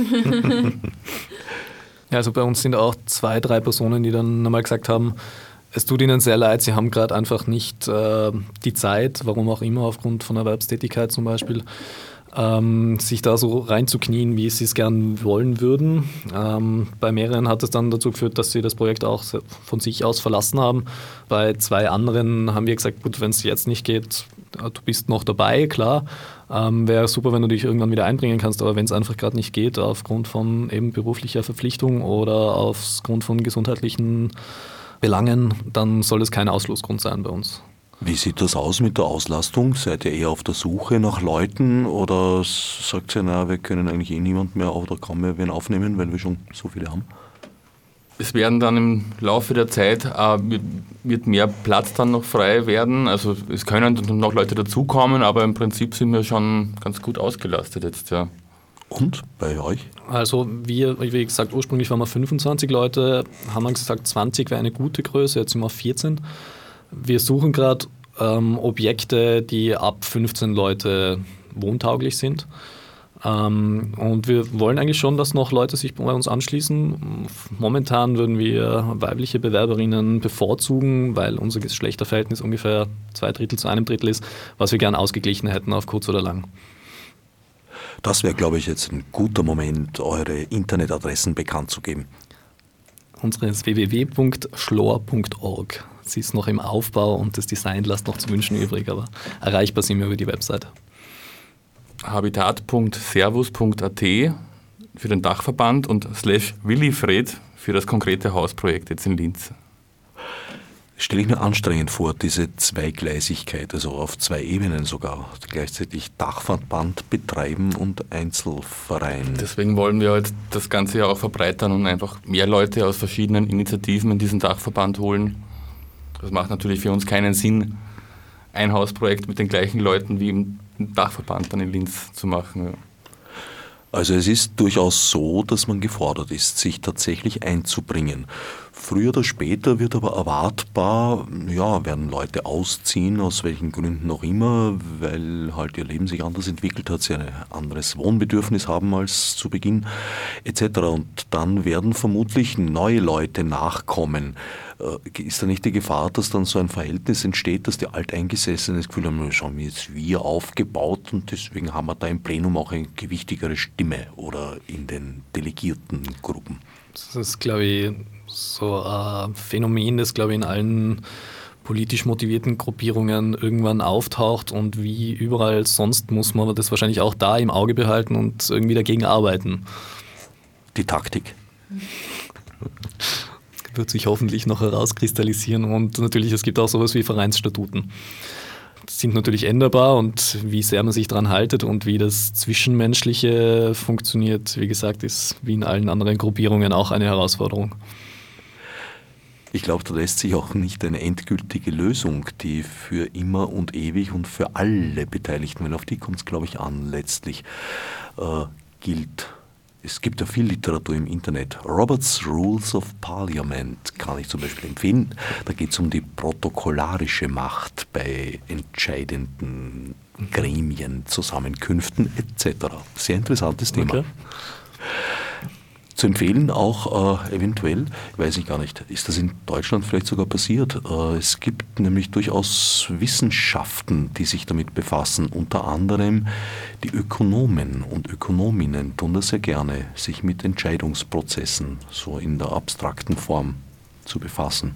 S4: Ja, also bei uns sind auch zwei, drei Personen, die dann nochmal gesagt haben, es tut ihnen sehr leid, sie haben gerade einfach nicht äh, die Zeit, warum auch immer, aufgrund von Erwerbstätigkeit zum Beispiel, ähm, sich da so reinzuknien, wie sie es gern wollen würden. Ähm, bei mehreren hat es dann dazu geführt, dass sie das Projekt auch von sich aus verlassen haben. Bei zwei anderen haben wir gesagt, gut, wenn es jetzt nicht geht, du bist noch dabei, klar. Ähm, wäre super, wenn du dich irgendwann wieder einbringen kannst, aber wenn es einfach gerade nicht geht, aufgrund von eben beruflicher Verpflichtung oder aufgrund von gesundheitlichen Belangen, dann soll es kein Ausschlussgrund sein bei uns.
S1: Wie sieht das aus mit der Auslastung? Seid ihr eher auf der Suche nach Leuten oder sagt ihr, na, wir können eigentlich eh niemand mehr oder kaum mehr wen aufnehmen, weil wir schon so viele haben?
S2: Es werden dann im Laufe der Zeit äh, wird mehr Platz dann noch frei werden. Also es können noch Leute dazukommen, aber im Prinzip sind wir schon ganz gut ausgelastet jetzt, ja.
S1: Und bei euch?
S4: Also wir, wie gesagt, ursprünglich waren wir fünfundzwanzig Leute, haben wir gesagt, zwanzig wäre eine gute Größe, jetzt sind wir auf vierzehn. Wir suchen gerade ähm, Objekte, die ab fünfzehn Leute wohntauglich sind. Ähm, und wir wollen eigentlich schon, dass noch Leute sich bei uns anschließen. Momentan würden wir weibliche Bewerberinnen bevorzugen, weil unser Geschlechterverhältnis ungefähr zwei Drittel zu einem Drittel ist, was wir gern ausgeglichen hätten auf kurz oder lang.
S1: Das wäre, glaube ich, jetzt ein guter Moment, eure Internetadressen bekannt zu geben.
S4: Unsere ist w w w punkt schlor punkt org. Sie ist noch im Aufbau und das Design lässt noch zu wünschen übrig, aber erreichbar sind wir über die Website.
S2: habitat punkt servus punkt a t für den Dachverband und slash Willifred für das konkrete Hausprojekt jetzt in Linz.
S1: Stelle ich mir anstrengend vor, diese Zweigleisigkeit, also auf zwei Ebenen sogar, gleichzeitig Dachverband betreiben und Einzelverein.
S2: Deswegen wollen wir halt das Ganze ja auch verbreitern und einfach mehr Leute aus verschiedenen Initiativen in diesen Dachverband holen. Das macht natürlich für uns keinen Sinn, ein Hausprojekt mit den gleichen Leuten wie im Dachverband dann in Linz zu machen. Ja.
S1: Also es ist durchaus so, dass man gefordert ist, sich tatsächlich einzubringen. Früher oder später wird aber erwartbar, ja, werden Leute ausziehen, aus welchen Gründen auch immer, weil halt ihr Leben sich anders entwickelt hat, sie ein anderes Wohnbedürfnis haben als zu Beginn et cetera. Und dann werden vermutlich neue Leute nachkommen. Ist da nicht die Gefahr, dass dann so ein Verhältnis entsteht, dass die Alteingesessenen das Gefühl haben, das haben jetzt wir aufgebaut und deswegen haben wir da im Plenum auch eine gewichtigere Stimme oder in den Delegiertengruppen?
S4: Das ist, glaube ich, so ein Phänomen, das, glaube ich, in allen politisch motivierten Gruppierungen irgendwann auftaucht und wie überall sonst muss man das wahrscheinlich auch da im Auge behalten und irgendwie dagegen arbeiten.
S1: Die Taktik.
S4: Wird sich hoffentlich noch herauskristallisieren und natürlich, es gibt auch sowas wie Vereinsstatuten. Die sind natürlich änderbar und wie sehr man sich daran haltet und wie das Zwischenmenschliche funktioniert, wie gesagt, ist wie in allen anderen Gruppierungen auch eine Herausforderung.
S1: Ich glaube, da lässt sich auch nicht eine endgültige Lösung, die für immer und ewig und für alle Beteiligten, weil auf die kommt es, glaube ich, an, letztlich äh, gilt. Es gibt ja viel Literatur im Internet. Robert's Rules of Parliament kann ich zum Beispiel empfehlen. Da geht es um die protokollarische Macht bei entscheidenden Gremien, Zusammenkünften et cetera. Sehr interessantes Thema. Okay. Zu empfehlen auch äh, eventuell, weiß ich gar nicht, ist das in Deutschland vielleicht sogar passiert. Äh, es gibt nämlich durchaus Wissenschaften, die sich damit befassen. Unter anderem die Ökonomen und Ökonominnen tun das sehr gerne, sich mit Entscheidungsprozessen so in der abstrakten Form zu befassen.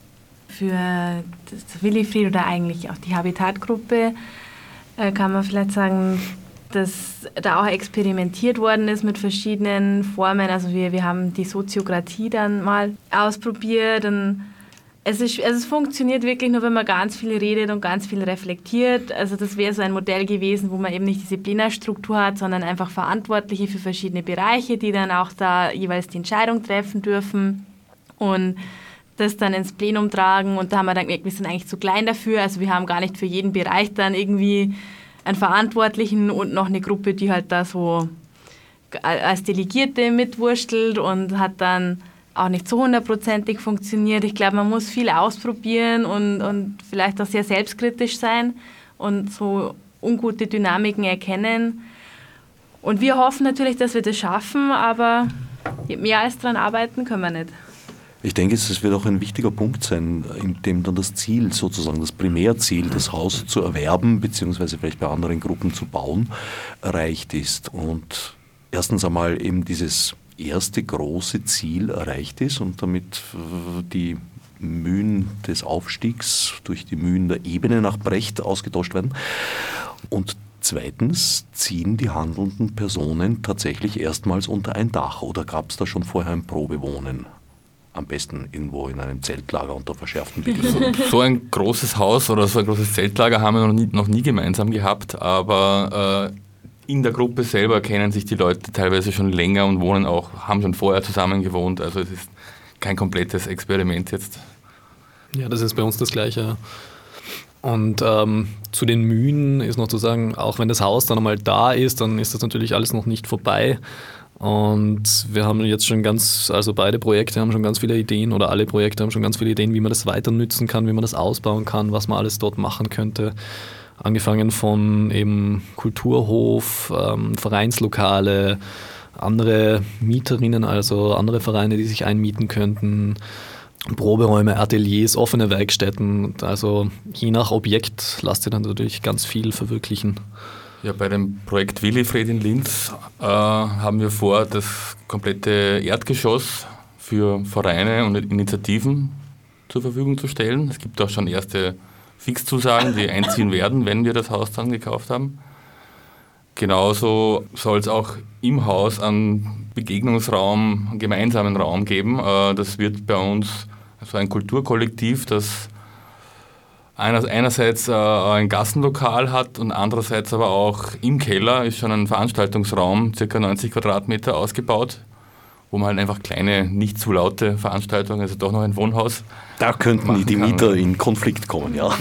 S3: Für das Willi-Fried oder eigentlich auch die Habitat-Gruppe äh, kann man vielleicht sagen, dass da auch experimentiert worden ist mit verschiedenen Formen. Also wir, wir haben die Soziokratie dann mal ausprobiert. Und es, ist, also es funktioniert wirklich nur, wenn man ganz viel redet und ganz viel reflektiert. Also das wäre so ein Modell gewesen, wo man eben nicht diese Plenarstruktur hat, sondern einfach Verantwortliche für verschiedene Bereiche, die dann auch da jeweils die Entscheidung treffen dürfen und das dann ins Plenum tragen. Und da haben wir dann gemerkt, wir sind eigentlich zu klein dafür. Also wir haben gar nicht für jeden Bereich dann irgendwie einen Verantwortlichen und noch eine Gruppe, die halt da so als Delegierte mitwurstelt und hat dann auch nicht so hundertprozentig funktioniert. Ich glaube, man muss viel ausprobieren und, und vielleicht auch sehr selbstkritisch sein und so ungute Dynamiken erkennen. Und wir hoffen natürlich, dass wir das schaffen, aber mehr als daran arbeiten können wir nicht.
S1: Ich denke, es wird auch ein wichtiger Punkt sein, in dem dann das Ziel, sozusagen das Primärziel, das Haus zu erwerben, beziehungsweise vielleicht bei anderen Gruppen zu bauen, erreicht ist. Und erstens einmal eben dieses erste große Ziel erreicht ist und damit die Mühen des Aufstiegs durch die Mühen der Ebene nach Brecht ausgetauscht werden. Und zweitens ziehen die handelnden Personen tatsächlich erstmals unter ein Dach oder gab es da schon vorher ein Probewohnen? Am besten irgendwo in einem Zeltlager unter verschärften Bedingungen.
S2: So ein großes Haus oder so ein großes Zeltlager haben wir noch nie, noch nie gemeinsam gehabt, aber äh, in der Gruppe selber kennen sich die Leute teilweise schon länger und wohnen auch, haben schon vorher zusammen gewohnt. Also es ist kein komplettes Experiment jetzt.
S4: Ja, das ist bei uns das Gleiche. Und ähm, zu den Mühen ist noch zu sagen, auch wenn das Haus dann einmal da ist, dann ist das natürlich alles noch nicht vorbei. Und wir haben jetzt schon ganz, also beide Projekte haben schon ganz viele Ideen oder alle Projekte haben schon ganz viele Ideen, wie man das weiter nützen kann, wie man das ausbauen kann, was man alles dort machen könnte. Angefangen von eben Kulturhof, ähm, Vereinslokale, andere Mieterinnen, also andere Vereine, die sich einmieten könnten, Proberäume, Ateliers, offene Werkstätten. Also je nach Objekt lasst ihr dann natürlich ganz viel verwirklichen.
S2: Ja, bei dem Projekt Willi-Fried in Linz äh, haben wir vor, das komplette Erdgeschoss für Vereine und Initiativen zur Verfügung zu stellen. Es gibt auch schon erste Fixzusagen, die einziehen werden, wenn wir das Haus dann gekauft haben. Genauso soll es auch im Haus einen Begegnungsraum, einen gemeinsamen Raum geben. Äh, das wird bei uns so ein Kulturkollektiv, das einerseits äh, ein Gassenlokal hat und andererseits aber auch im Keller ist schon ein Veranstaltungsraum, ca. neunzig Quadratmeter ausgebaut, wo man halt einfach kleine, nicht zu laute Veranstaltungen, also doch noch ein Wohnhaus.
S1: Da könnten die Mieter kann. in Konflikt kommen, ja.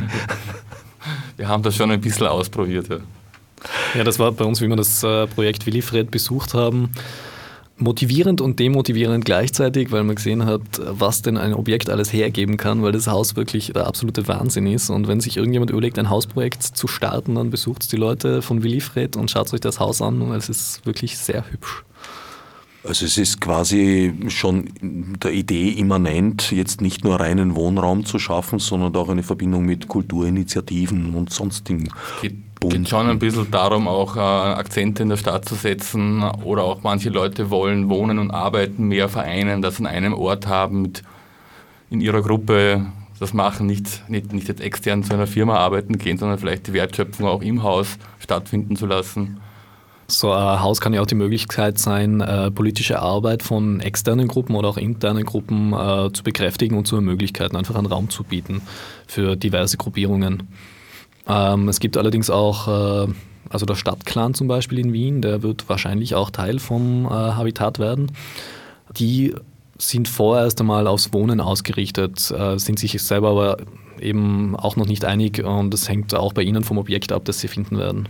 S2: Wir haben das schon ein bisschen ausprobiert. Ja,
S4: ja das war bei uns, wie wir das äh, Projekt Willi-Fried besucht haben. motivierend und demotivierend gleichzeitig, weil man gesehen hat, was denn ein Objekt alles hergeben kann, weil das Haus wirklich der absolute Wahnsinn ist. Und wenn sich irgendjemand überlegt, ein Hausprojekt zu starten, dann besucht es die Leute von Willifred und schaut euch das Haus an, weil es ist wirklich sehr hübsch.
S1: Also es ist quasi schon der Idee immanent, jetzt nicht nur reinen Wohnraum zu schaffen, sondern auch eine Verbindung mit Kulturinitiativen und sonstigen.
S2: Geht, geht schon ein bisschen darum, auch äh, Akzente in der Stadt zu setzen, oder auch manche Leute wollen Wohnen und Arbeiten mehr vereinen, das an einem Ort haben, mit in ihrer Gruppe das machen, nicht, nicht, nicht jetzt extern zu einer Firma arbeiten gehen, sondern vielleicht die Wertschöpfung auch im Haus stattfinden zu lassen.
S4: So ein Haus kann ja auch die Möglichkeit sein, äh, politische Arbeit von externen Gruppen oder auch internen Gruppen äh, zu bekräftigen und zu ermöglichen, einfach einen Raum zu bieten für diverse Gruppierungen. Ähm, es gibt allerdings auch, äh, also der Stadtclan zum Beispiel in Wien, der wird wahrscheinlich auch Teil vom äh, Habitat werden. Die sind vorerst einmal aufs Wohnen ausgerichtet, äh, sind sich selber aber eben auch noch nicht einig, und das hängt auch bei ihnen vom Objekt ab, das sie finden werden.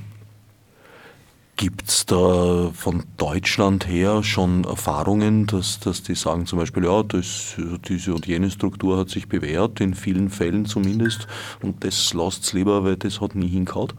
S1: Gibt es da von Deutschland her schon Erfahrungen, dass, dass die sagen zum Beispiel, ja, das, diese und jene Struktur hat sich bewährt, in vielen Fällen zumindest, und das lasst es lieber, weil das hat nie hingehauen?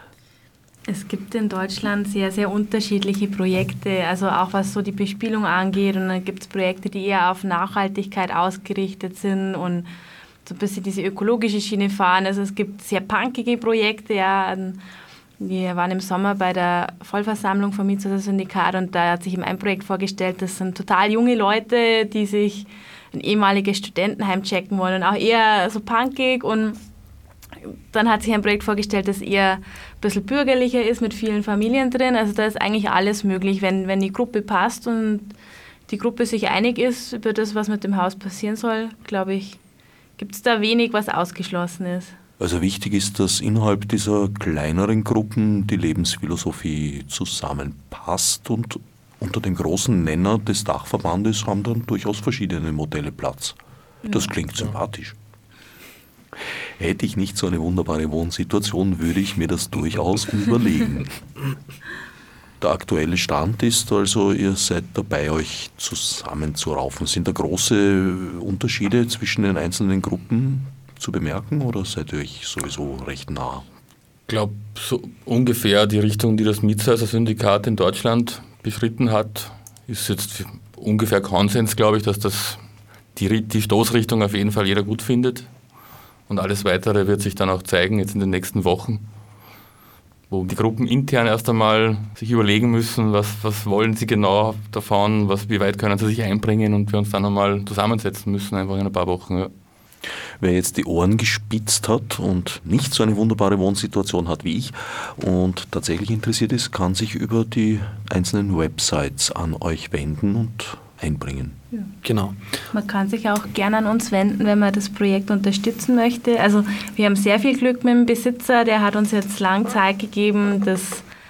S3: Es gibt in Deutschland sehr, sehr unterschiedliche Projekte, also auch was so die Bespielung angeht, und dann gibt es Projekte, die eher auf Nachhaltigkeit ausgerichtet sind und so ein bisschen diese ökologische Schiene fahren. Also es gibt sehr punkige Projekte, ja. Wir waren im Sommer bei der Vollversammlung vom Mietshäuser-Syndikat, und da hat sich eben ein Projekt vorgestellt, das sind total junge Leute, die sich ein ehemaliges Studentenheim checken wollen, und auch eher so punkig. Und dann hat sich ein Projekt vorgestellt, das eher ein bisschen bürgerlicher ist, mit vielen Familien drin. Also da ist eigentlich alles möglich, wenn, wenn die Gruppe passt und die Gruppe sich einig ist über das, was mit dem Haus passieren soll, glaube ich, gibt es da wenig, was ausgeschlossen ist.
S1: Also wichtig ist, dass innerhalb dieser kleineren Gruppen die Lebensphilosophie zusammenpasst, und unter dem großen Nenner des Dachverbandes haben dann durchaus verschiedene Modelle Platz. Das klingt sympathisch. Hätte ich nicht so eine wunderbare Wohnsituation, würde ich mir das durchaus überlegen. Der aktuelle Stand ist also, ihr seid dabei, euch zusammenzuraufen. Sind da große Unterschiede zwischen den einzelnen Gruppen zu bemerken, oder seid ihr euch sowieso recht nah?
S2: Ich glaube, so ungefähr die Richtung, die das Mietshäuser-Syndikat in Deutschland beschritten hat, ist jetzt ungefähr Konsens, glaube ich, dass das die, die Stoßrichtung auf jeden Fall jeder gut findet. Und alles Weitere wird sich dann auch zeigen jetzt in den nächsten Wochen, wo die Gruppen intern erst einmal sich überlegen müssen, was, was wollen sie genau davon, was, wie weit können sie sich einbringen, und wir uns dann einmal zusammensetzen müssen, einfach in ein paar Wochen. Ja.
S1: Wer jetzt die Ohren gespitzt hat und nicht so eine wunderbare Wohnsituation hat wie ich und tatsächlich interessiert ist, kann sich über die einzelnen Websites an euch wenden und einbringen.
S3: Ja.
S4: Genau.
S3: Man kann sich auch gerne an uns wenden, wenn man das Projekt unterstützen möchte. Also wir haben sehr viel Glück mit dem Besitzer, der hat uns jetzt lang Zeit gegeben, das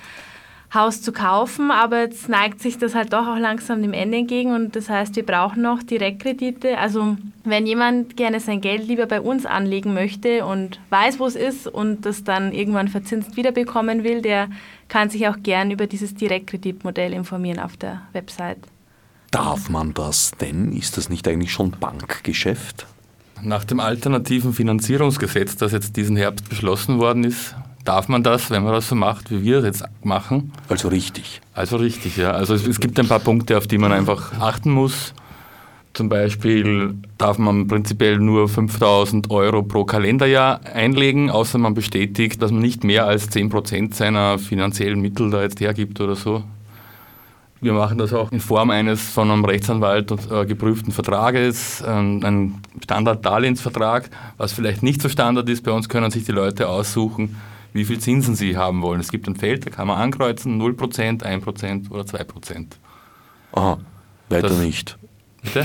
S3: Haus zu kaufen, aber jetzt neigt sich das halt doch auch langsam dem Ende entgegen, und das heißt, wir brauchen noch Direktkredite. Also wenn jemand gerne sein Geld lieber bei uns anlegen möchte und weiß, wo es ist und das dann irgendwann verzinst wiederbekommen will, der kann sich auch gern über dieses Direktkreditmodell informieren auf der Website.
S1: Darf man das denn? Ist das nicht eigentlich schon Bankgeschäft?
S2: Nach dem alternativen Finanzierungsgesetz, das jetzt diesen Herbst beschlossen worden ist, darf man das, wenn man das so macht, wie wir es jetzt machen.
S1: Also richtig.
S2: Also richtig, ja. Also es, es gibt ein paar Punkte, auf die man einfach achten muss. Zum Beispiel darf man prinzipiell nur fünftausend Euro pro Kalenderjahr einlegen, außer man bestätigt, dass man nicht mehr als zehn Prozent seiner finanziellen Mittel da jetzt hergibt oder so. Wir machen das auch in Form eines von einem Rechtsanwalt äh, geprüften Vertrages, äh, ein Standard-Darlehensvertrag. Was vielleicht nicht so Standard ist, bei uns können sich die Leute aussuchen, wie viel Zinsen sie haben wollen. Es gibt ein Feld, da kann man ankreuzen, null Prozent, ein Prozent oder zwei Prozent.
S1: Aha, weiter
S2: das,
S1: nicht.
S2: Bitte?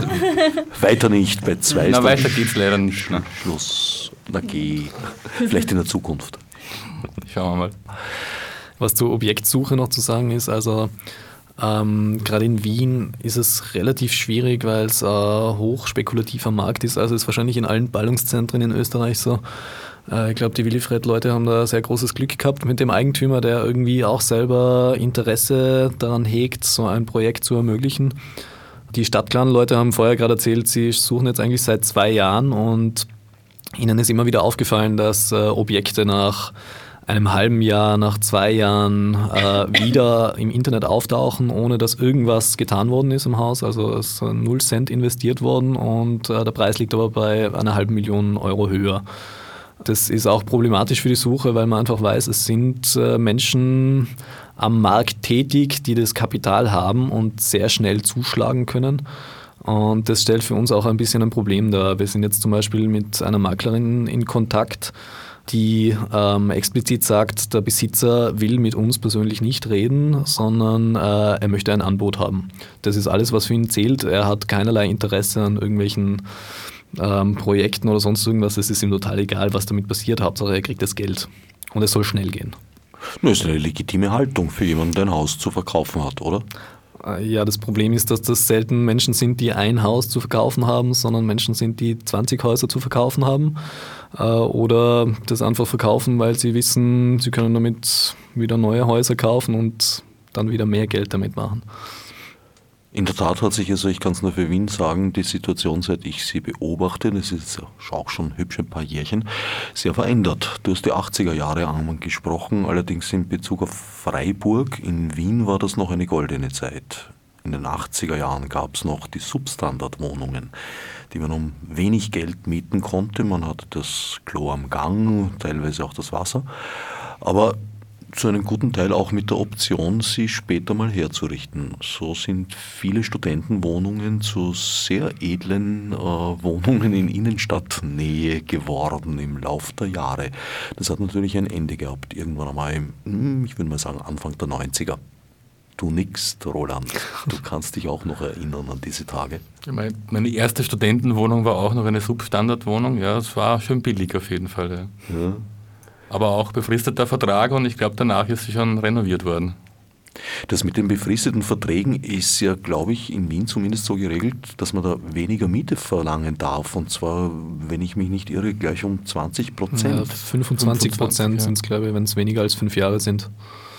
S1: Weiter nicht, bei zwei
S2: Na, weiter geht es leider nicht. Ne?
S1: Schluss. Na geh. Vielleicht in der Zukunft.
S2: Schauen wir mal.
S4: Was zur Objektsuche noch zu sagen ist, also ähm, gerade in Wien ist es relativ schwierig, weil es ein hochspekulativer Markt ist. Also ist wahrscheinlich in allen Ballungszentren in Österreich so. Ich glaube, die Willy-Fred-Leute haben da sehr großes Glück gehabt mit dem Eigentümer, der irgendwie auch selber Interesse daran hegt, so ein Projekt zu ermöglichen. Die Stadtclan-Leute haben vorher gerade erzählt, sie suchen jetzt eigentlich seit zwei Jahren und ihnen ist immer wieder aufgefallen, dass äh, Objekte nach einem halben Jahr, nach zwei Jahren äh, wieder im Internet auftauchen, ohne dass irgendwas getan worden ist im Haus. Also es ist null Cent investiert worden und äh, der Preis liegt aber bei einer halben Million Euro höher. Das ist auch problematisch für die Suche, weil man einfach weiß, es sind äh, Menschen am Markt tätig, die das Kapital haben und sehr schnell zuschlagen können. Und das stellt für uns auch ein bisschen ein Problem dar. Wir sind jetzt zum Beispiel mit einer Maklerin in Kontakt, die ähm, explizit sagt, der Besitzer will mit uns persönlich nicht reden, sondern äh, er möchte ein Angebot haben. Das ist alles, was für ihn zählt. Er hat keinerlei Interesse an irgendwelchen ähm, Projekten oder sonst irgendwas. Es ist ihm total egal, was damit passiert. Hauptsache, er kriegt das Geld. Und es soll schnell gehen.
S1: Das ist eine legitime Haltung für jemanden, der ein Haus zu verkaufen hat, oder?
S4: Ja, das Problem ist, dass das selten Menschen sind, die ein Haus zu verkaufen haben, sondern Menschen sind, die zwanzig Häuser zu verkaufen haben äh, oder das einfach verkaufen, weil sie wissen, sie können damit wieder neue Häuser kaufen und dann wieder mehr Geld damit machen.
S1: In der Tat hat sich, also ich kann es nur für Wien sagen, die Situation, seit ich sie beobachte, das ist auch schon hübsch ein paar Jährchen, sehr verändert. Du hast die achtziger Jahre angesprochen, allerdings in Bezug auf Freiburg. In Wien war das noch eine goldene Zeit. In den achtziger Jahren gab es noch die Substandardwohnungen, die man um wenig Geld mieten konnte. Man hatte das Klo am Gang, teilweise auch das Wasser, aber zu einem guten Teil auch mit der Option, sie später mal herzurichten. So sind viele Studentenwohnungen zu sehr edlen äh, Wohnungen in Innenstadtnähe geworden im Lauf der Jahre. Das hat natürlich ein Ende gehabt, irgendwann einmal, im, ich würde mal sagen, Anfang der neunziger. Du nix, Roland. Du kannst dich auch noch erinnern an diese Tage.
S2: Meine erste Studentenwohnung war auch noch eine Substandardwohnung. Ja, es war schön billig auf jeden Fall. Ja. Ja. Aber auch befristeter Vertrag und ich glaube, danach ist sie schon renoviert worden.
S1: Das mit den befristeten Verträgen ist ja, glaube ich, in Wien zumindest so geregelt, dass man da weniger Miete verlangen darf. Und zwar, wenn ich mich nicht irre, gleich um zwanzig Prozent.
S4: Ja, fünfundzwanzig Prozent ja. Sind es, glaube ich, wenn es weniger als fünf Jahre sind.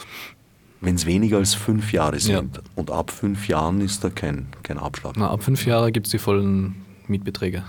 S1: Wenn es weniger als fünf Jahre sind. Ja. Und ab fünf Jahren ist da kein, kein Abschlag.
S4: Na, ab fünf Jahre gibt es die vollen Mietbeträge.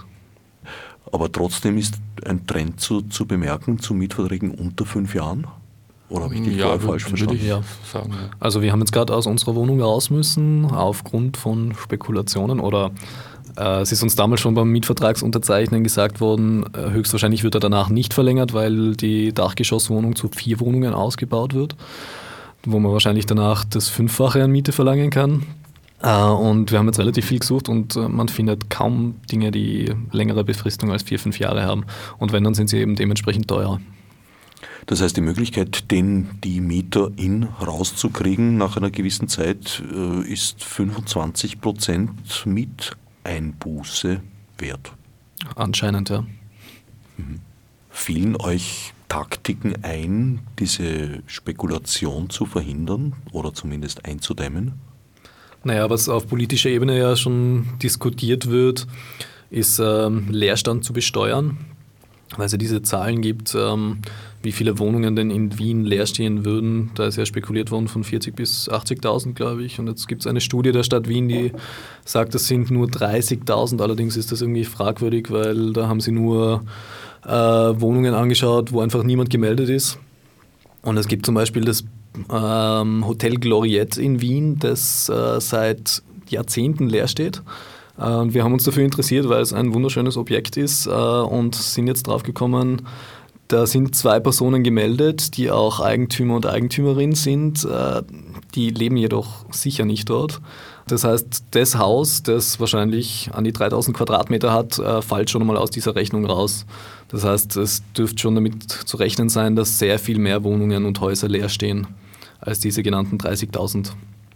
S1: Aber trotzdem ist ein Trend zu, zu bemerken zu Mietverträgen unter fünf Jahren? Oder habe ich dich
S2: ja,
S1: vorher falsch verstanden?
S4: Ich ja. sagen, ja. Also wir haben jetzt gerade aus unserer Wohnung raus müssen, aufgrund von Spekulationen oder äh, es ist uns damals schon beim Mietvertragsunterzeichnen gesagt worden, äh, höchstwahrscheinlich wird er danach nicht verlängert, weil die Dachgeschosswohnung zu vier Wohnungen ausgebaut wird, wo man wahrscheinlich danach das Fünffache an Miete verlangen kann. Und wir haben jetzt relativ viel gesucht und man findet kaum Dinge, die längere Befristung als vier, fünf Jahre haben. Und wenn, dann sind sie eben dementsprechend teurer.
S1: Das heißt, die Möglichkeit, den die Mieter in rauszukriegen nach einer gewissen Zeit, ist fünfundzwanzig Prozent Mieteinbuße wert.
S4: Anscheinend, ja.
S1: Mhm. Fielen euch Taktiken ein, diese Spekulation zu verhindern oder zumindest einzudämmen?
S4: Naja, was auf politischer Ebene ja schon diskutiert wird, ist ähm, Leerstand zu besteuern, weil es ja diese Zahlen gibt, ähm, wie viele Wohnungen denn in Wien leer stehen würden. Da ist ja spekuliert worden von vierzigtausend bis achtzigtausend, glaube ich. Und jetzt gibt es eine Studie der Stadt Wien, die sagt, das sind nur dreißigtausend. Allerdings ist das irgendwie fragwürdig, weil da haben sie nur äh, Wohnungen angeschaut, wo einfach niemand gemeldet ist. Und es gibt zum Beispiel das ähm, Hotel Gloriette in Wien, das äh, seit Jahrzehnten leer steht. Äh, und wir haben uns dafür interessiert, weil es ein wunderschönes Objekt ist äh, und sind jetzt drauf gekommen, da sind zwei Personen gemeldet, die auch Eigentümer und Eigentümerin sind. Äh, die leben jedoch sicher nicht dort. Das heißt, das Haus, das wahrscheinlich an die dreitausend Quadratmeter hat, äh, fällt schon mal aus dieser Rechnung raus. Das heißt, es dürfte schon damit zu rechnen sein, dass sehr viel mehr Wohnungen und Häuser leer stehen als diese genannten dreißigtausend.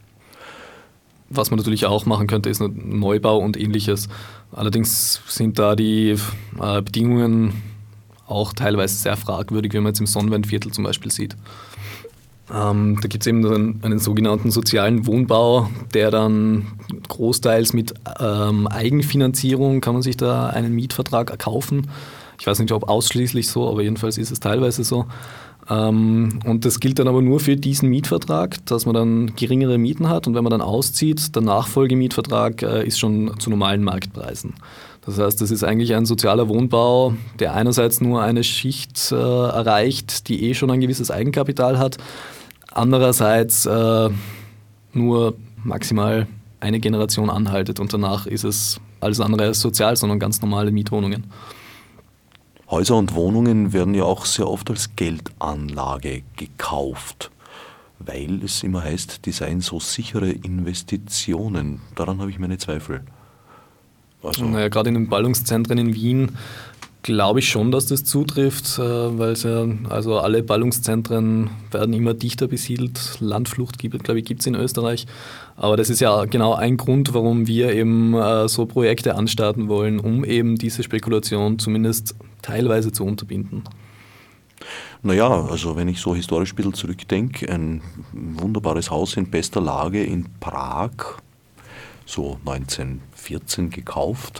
S4: Was man natürlich auch machen könnte, ist ein Neubau und Ähnliches. Allerdings sind da die äh, Bedingungen auch teilweise sehr fragwürdig, wie man jetzt im Sonnenwendviertel zum Beispiel sieht. Ähm, da gibt es eben einen, einen sogenannten sozialen Wohnbau, der dann großteils mit ähm, Eigenfinanzierung, kann man sich da einen Mietvertrag erkaufen. Ich weiß nicht, ob ausschließlich so, aber jedenfalls ist es teilweise so. Ähm, und das gilt dann aber nur für diesen Mietvertrag, dass man dann geringere Mieten hat und wenn man dann auszieht, der Nachfolgemietvertrag äh, ist schon zu normalen Marktpreisen. Das heißt, das ist eigentlich ein sozialer Wohnbau, der einerseits nur eine Schicht äh, erreicht, die eh schon ein gewisses Eigenkapital hat, andererseits äh, nur maximal eine Generation anhaltet und danach ist es alles andere als sozial, sondern ganz normale Mietwohnungen.
S1: Häuser und Wohnungen werden ja auch sehr oft als Geldanlage gekauft, weil es immer heißt, die seien so sichere Investitionen. Daran habe ich meine Zweifel. Also
S4: naja, gerade in den Ballungszentren in Wien glaube ich schon, dass das zutrifft, weil es ja, also alle Ballungszentren werden immer dichter besiedelt. Landflucht, glaube ich, gibt es in Österreich. Aber das ist ja genau ein Grund, warum wir eben so Projekte anstarten wollen, um eben diese Spekulation zumindest teilweise zu unterbinden.
S1: Naja, also wenn ich so historisch ein bisschen zurückdenke, ein wunderbares Haus in bester Lage in Prag, so neunzehnhundertvierzehn gekauft,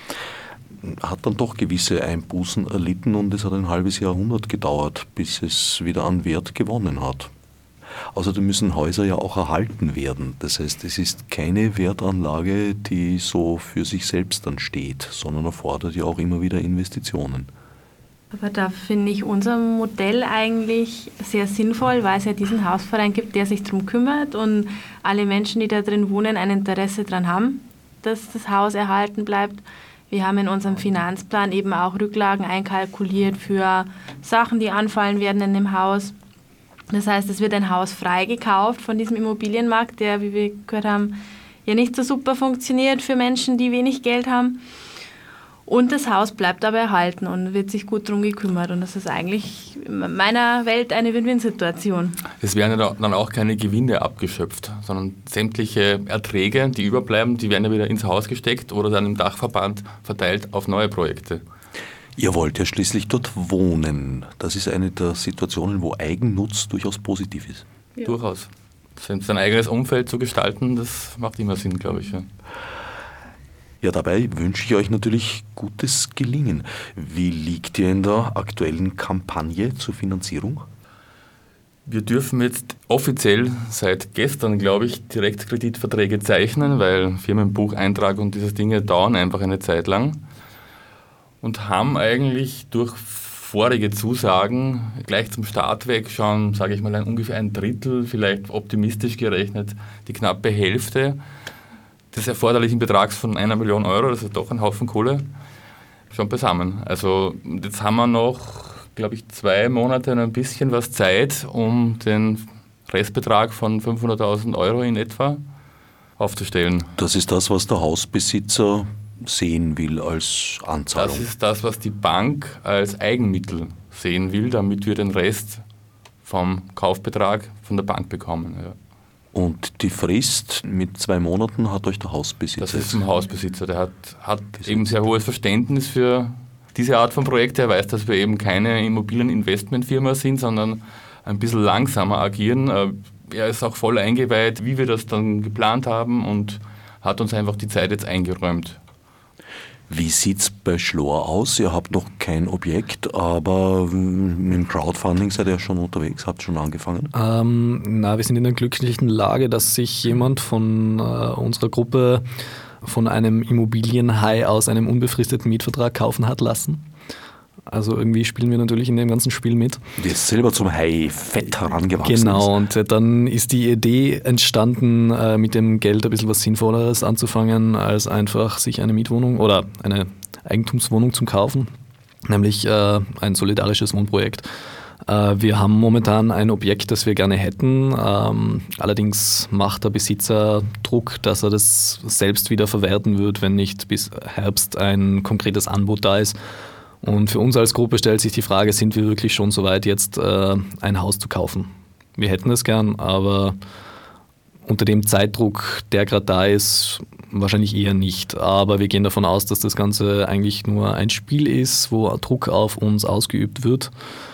S1: hat dann doch gewisse Einbußen erlitten und es hat ein halbes Jahrhundert gedauert, bis es wieder an Wert gewonnen hat. Außerdem müssen Häuser ja auch erhalten werden. Das heißt, es ist keine Wertanlage, die so für sich selbst dann steht, sondern erfordert ja auch immer wieder Investitionen.
S3: Aber da finde ich unser Modell eigentlich sehr sinnvoll, weil es ja diesen Hausverein gibt, der sich darum kümmert und alle Menschen, die da drin wohnen, ein Interesse daran haben, dass das Haus erhalten bleibt. Wir haben in unserem Finanzplan eben auch Rücklagen einkalkuliert für Sachen, die anfallen werden in dem Haus. Das heißt, es wird ein Haus frei gekauft von diesem Immobilienmarkt, der, wie wir gehört haben, ja nicht so super funktioniert für Menschen, die wenig Geld haben. Und das Haus bleibt aber erhalten und wird sich gut darum gekümmert. Und das ist eigentlich in meiner Welt eine Win-Win-Situation.
S2: Es werden ja dann auch keine Gewinne abgeschöpft, sondern sämtliche Erträge, die überbleiben, die werden ja wieder ins Haus gesteckt oder dann im Dachverband verteilt auf neue Projekte.
S1: Ihr wollt ja schließlich dort wohnen. Das ist eine der Situationen, wo Eigennutz durchaus positiv ist.
S2: Ja. Durchaus. Sein eigenes Umfeld zu gestalten, das macht immer Sinn, glaube ich. Ja.
S1: Ja, dabei wünsche ich euch natürlich gutes Gelingen. Wie liegt ihr in der aktuellen Kampagne zur Finanzierung?
S2: Wir dürfen jetzt offiziell seit gestern, glaube ich, Direktkreditverträge zeichnen, weil Firmenbucheintrag und diese Dinge dauern einfach eine Zeit lang. Und haben eigentlich durch vorige Zusagen gleich zum Start weg schon, sage ich mal, ein, ungefähr ein Drittel, vielleicht optimistisch gerechnet, die knappe Hälfte des erforderlichen Betrags von einer Million Euro, das ist doch ein Haufen Kohle, schon beisammen. Also jetzt haben wir noch, glaube ich, zwei Monate und ein bisschen was Zeit, um den Restbetrag von fünfhunderttausend Euro in etwa aufzustellen.
S1: Das ist das, was der Hausbesitzer sehen will als Anzahlung.
S2: Das ist das, was die Bank als Eigenmittel sehen will, damit wir den Rest vom Kaufbetrag von der Bank bekommen. Ja.
S1: Und die Frist mit zwei Monaten hat euch der Hausbesitzer?
S2: Das ist zum Hausbesitzer. Der hat, hat eben sehr hohes Verständnis für diese Art von Projekte. Er weiß, dass wir eben keine Immobilieninvestmentfirma sind, sondern ein bisschen langsamer agieren. Er ist auch voll eingeweiht, wie wir das dann geplant haben und hat uns einfach die Zeit jetzt eingeräumt.
S1: Wie sieht es bei Schlor aus? Ihr habt noch kein Objekt, aber mit dem Crowdfunding seid ihr schon unterwegs, habt schon angefangen?
S4: Ähm, na, wir sind in der glücklichen Lage, dass sich jemand von äh, unserer Gruppe von einem Immobilienhai aus einem unbefristeten Mietvertrag kaufen hat lassen. Also irgendwie spielen wir natürlich in dem ganzen Spiel mit.
S1: Die ist selber zum Hai fett herangewachsen.
S4: Genau, und dann ist die Idee entstanden, mit dem Geld ein bisschen was Sinnvolleres anzufangen, als einfach sich eine Mietwohnung oder eine Eigentumswohnung zu kaufen, nämlich ein solidarisches Wohnprojekt. Wir haben momentan ein Objekt, das wir gerne hätten. Allerdings macht der Besitzer Druck, dass er das selbst wieder verwerten wird, wenn nicht bis Herbst ein konkretes Angebot da ist. Und für uns als Gruppe stellt sich die Frage, sind wir wirklich schon so weit, jetzt äh, ein Haus zu kaufen? Wir hätten es gern, aber unter dem Zeitdruck, der gerade da ist, wahrscheinlich eher nicht. Aber wir gehen davon aus, dass das Ganze eigentlich nur ein Spiel ist, wo Druck auf uns ausgeübt wird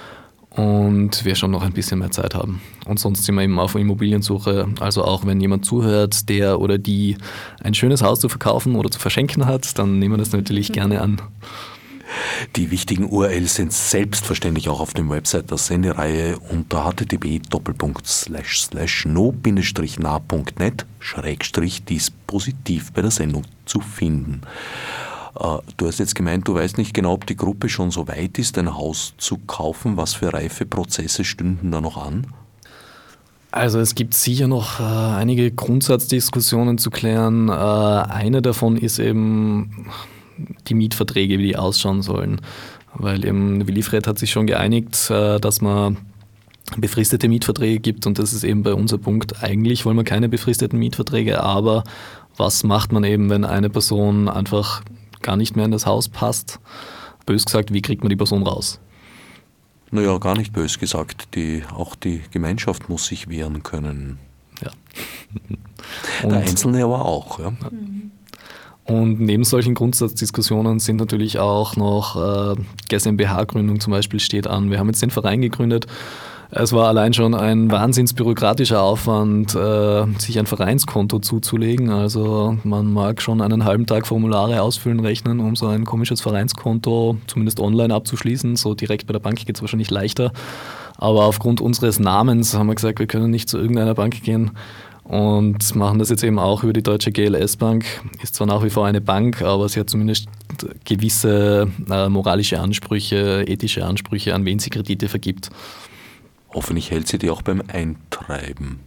S4: und wir schon noch ein bisschen mehr Zeit haben. Und sonst sind wir eben auf Immobiliensuche. Also auch wenn jemand zuhört, der oder die ein schönes Haus zu verkaufen oder zu verschenken hat, dann nehmen wir das natürlich gerne an.
S1: Die wichtigen U R Ls sind selbstverständlich auch auf dem Website der Sendereihe unter h t t p doppelpunkt slash slash no bindestrich na punkt net schrägstrich dispositiv bei der Sendung zu finden. Du hast jetzt gemeint, du weißt nicht genau, ob die Gruppe schon so weit ist, ein Haus zu kaufen. Was für reife Prozesse stünden da noch an?
S4: Also es gibt sicher noch äh, einige Grundsatzdiskussionen zu klären. Äh, eine davon ist eben die Mietverträge, wie die ausschauen sollen. Weil eben Wilfried hat sich schon geeinigt, äh, dass man befristete Mietverträge gibt und das ist eben bei unser Punkt. Eigentlich wollen wir keine befristeten Mietverträge, aber was macht man eben, wenn eine Person einfach gar nicht mehr in das Haus passt? Bös gesagt, wie kriegt man die Person raus?
S1: Naja, gar nicht bös gesagt. Die, auch die Gemeinschaft muss sich wehren können.
S4: Ja.
S1: Der Einzelne aber auch. Ja.
S4: Und neben solchen Grundsatzdiskussionen sind natürlich auch noch äh, GmbH-Gründung zum Beispiel steht an. Wir haben jetzt den Verein gegründet. Es war allein schon ein wahnsinnsbürokratischer Aufwand, äh, sich ein Vereinskonto zuzulegen. Also man mag schon einen halben Tag Formulare ausfüllen rechnen, um so ein komisches Vereinskonto zumindest online abzuschließen. So direkt bei der Bank geht es wahrscheinlich leichter. Aber aufgrund unseres Namens haben wir gesagt, wir können nicht zu irgendeiner Bank gehen und machen das jetzt eben auch über die Deutsche G L S-Bank. Ist zwar nach wie vor eine Bank, aber sie hat zumindest gewisse äh, moralische Ansprüche, ethische Ansprüche, an wen sie Kredite vergibt.
S1: Hoffentlich hält sie die auch beim Eintreiben.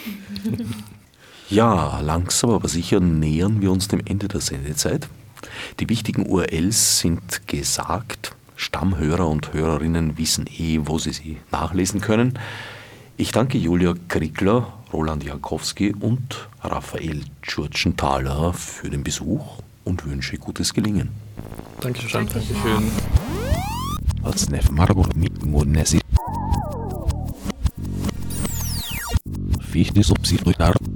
S1: Ja, langsam aber sicher nähern wir uns dem Ende der Sendezeit. Die wichtigen U R Ls sind gesagt. Stammhörer und Hörerinnen wissen eh, wo sie sie nachlesen können. Ich danke Julia Krickler, Roland Jankowski und Raphael Tschurtschenthaler für den Besuch und wünsche gutes Gelingen.
S4: Dankeschön.
S2: Dankeschön.
S5: Fiz de subsídio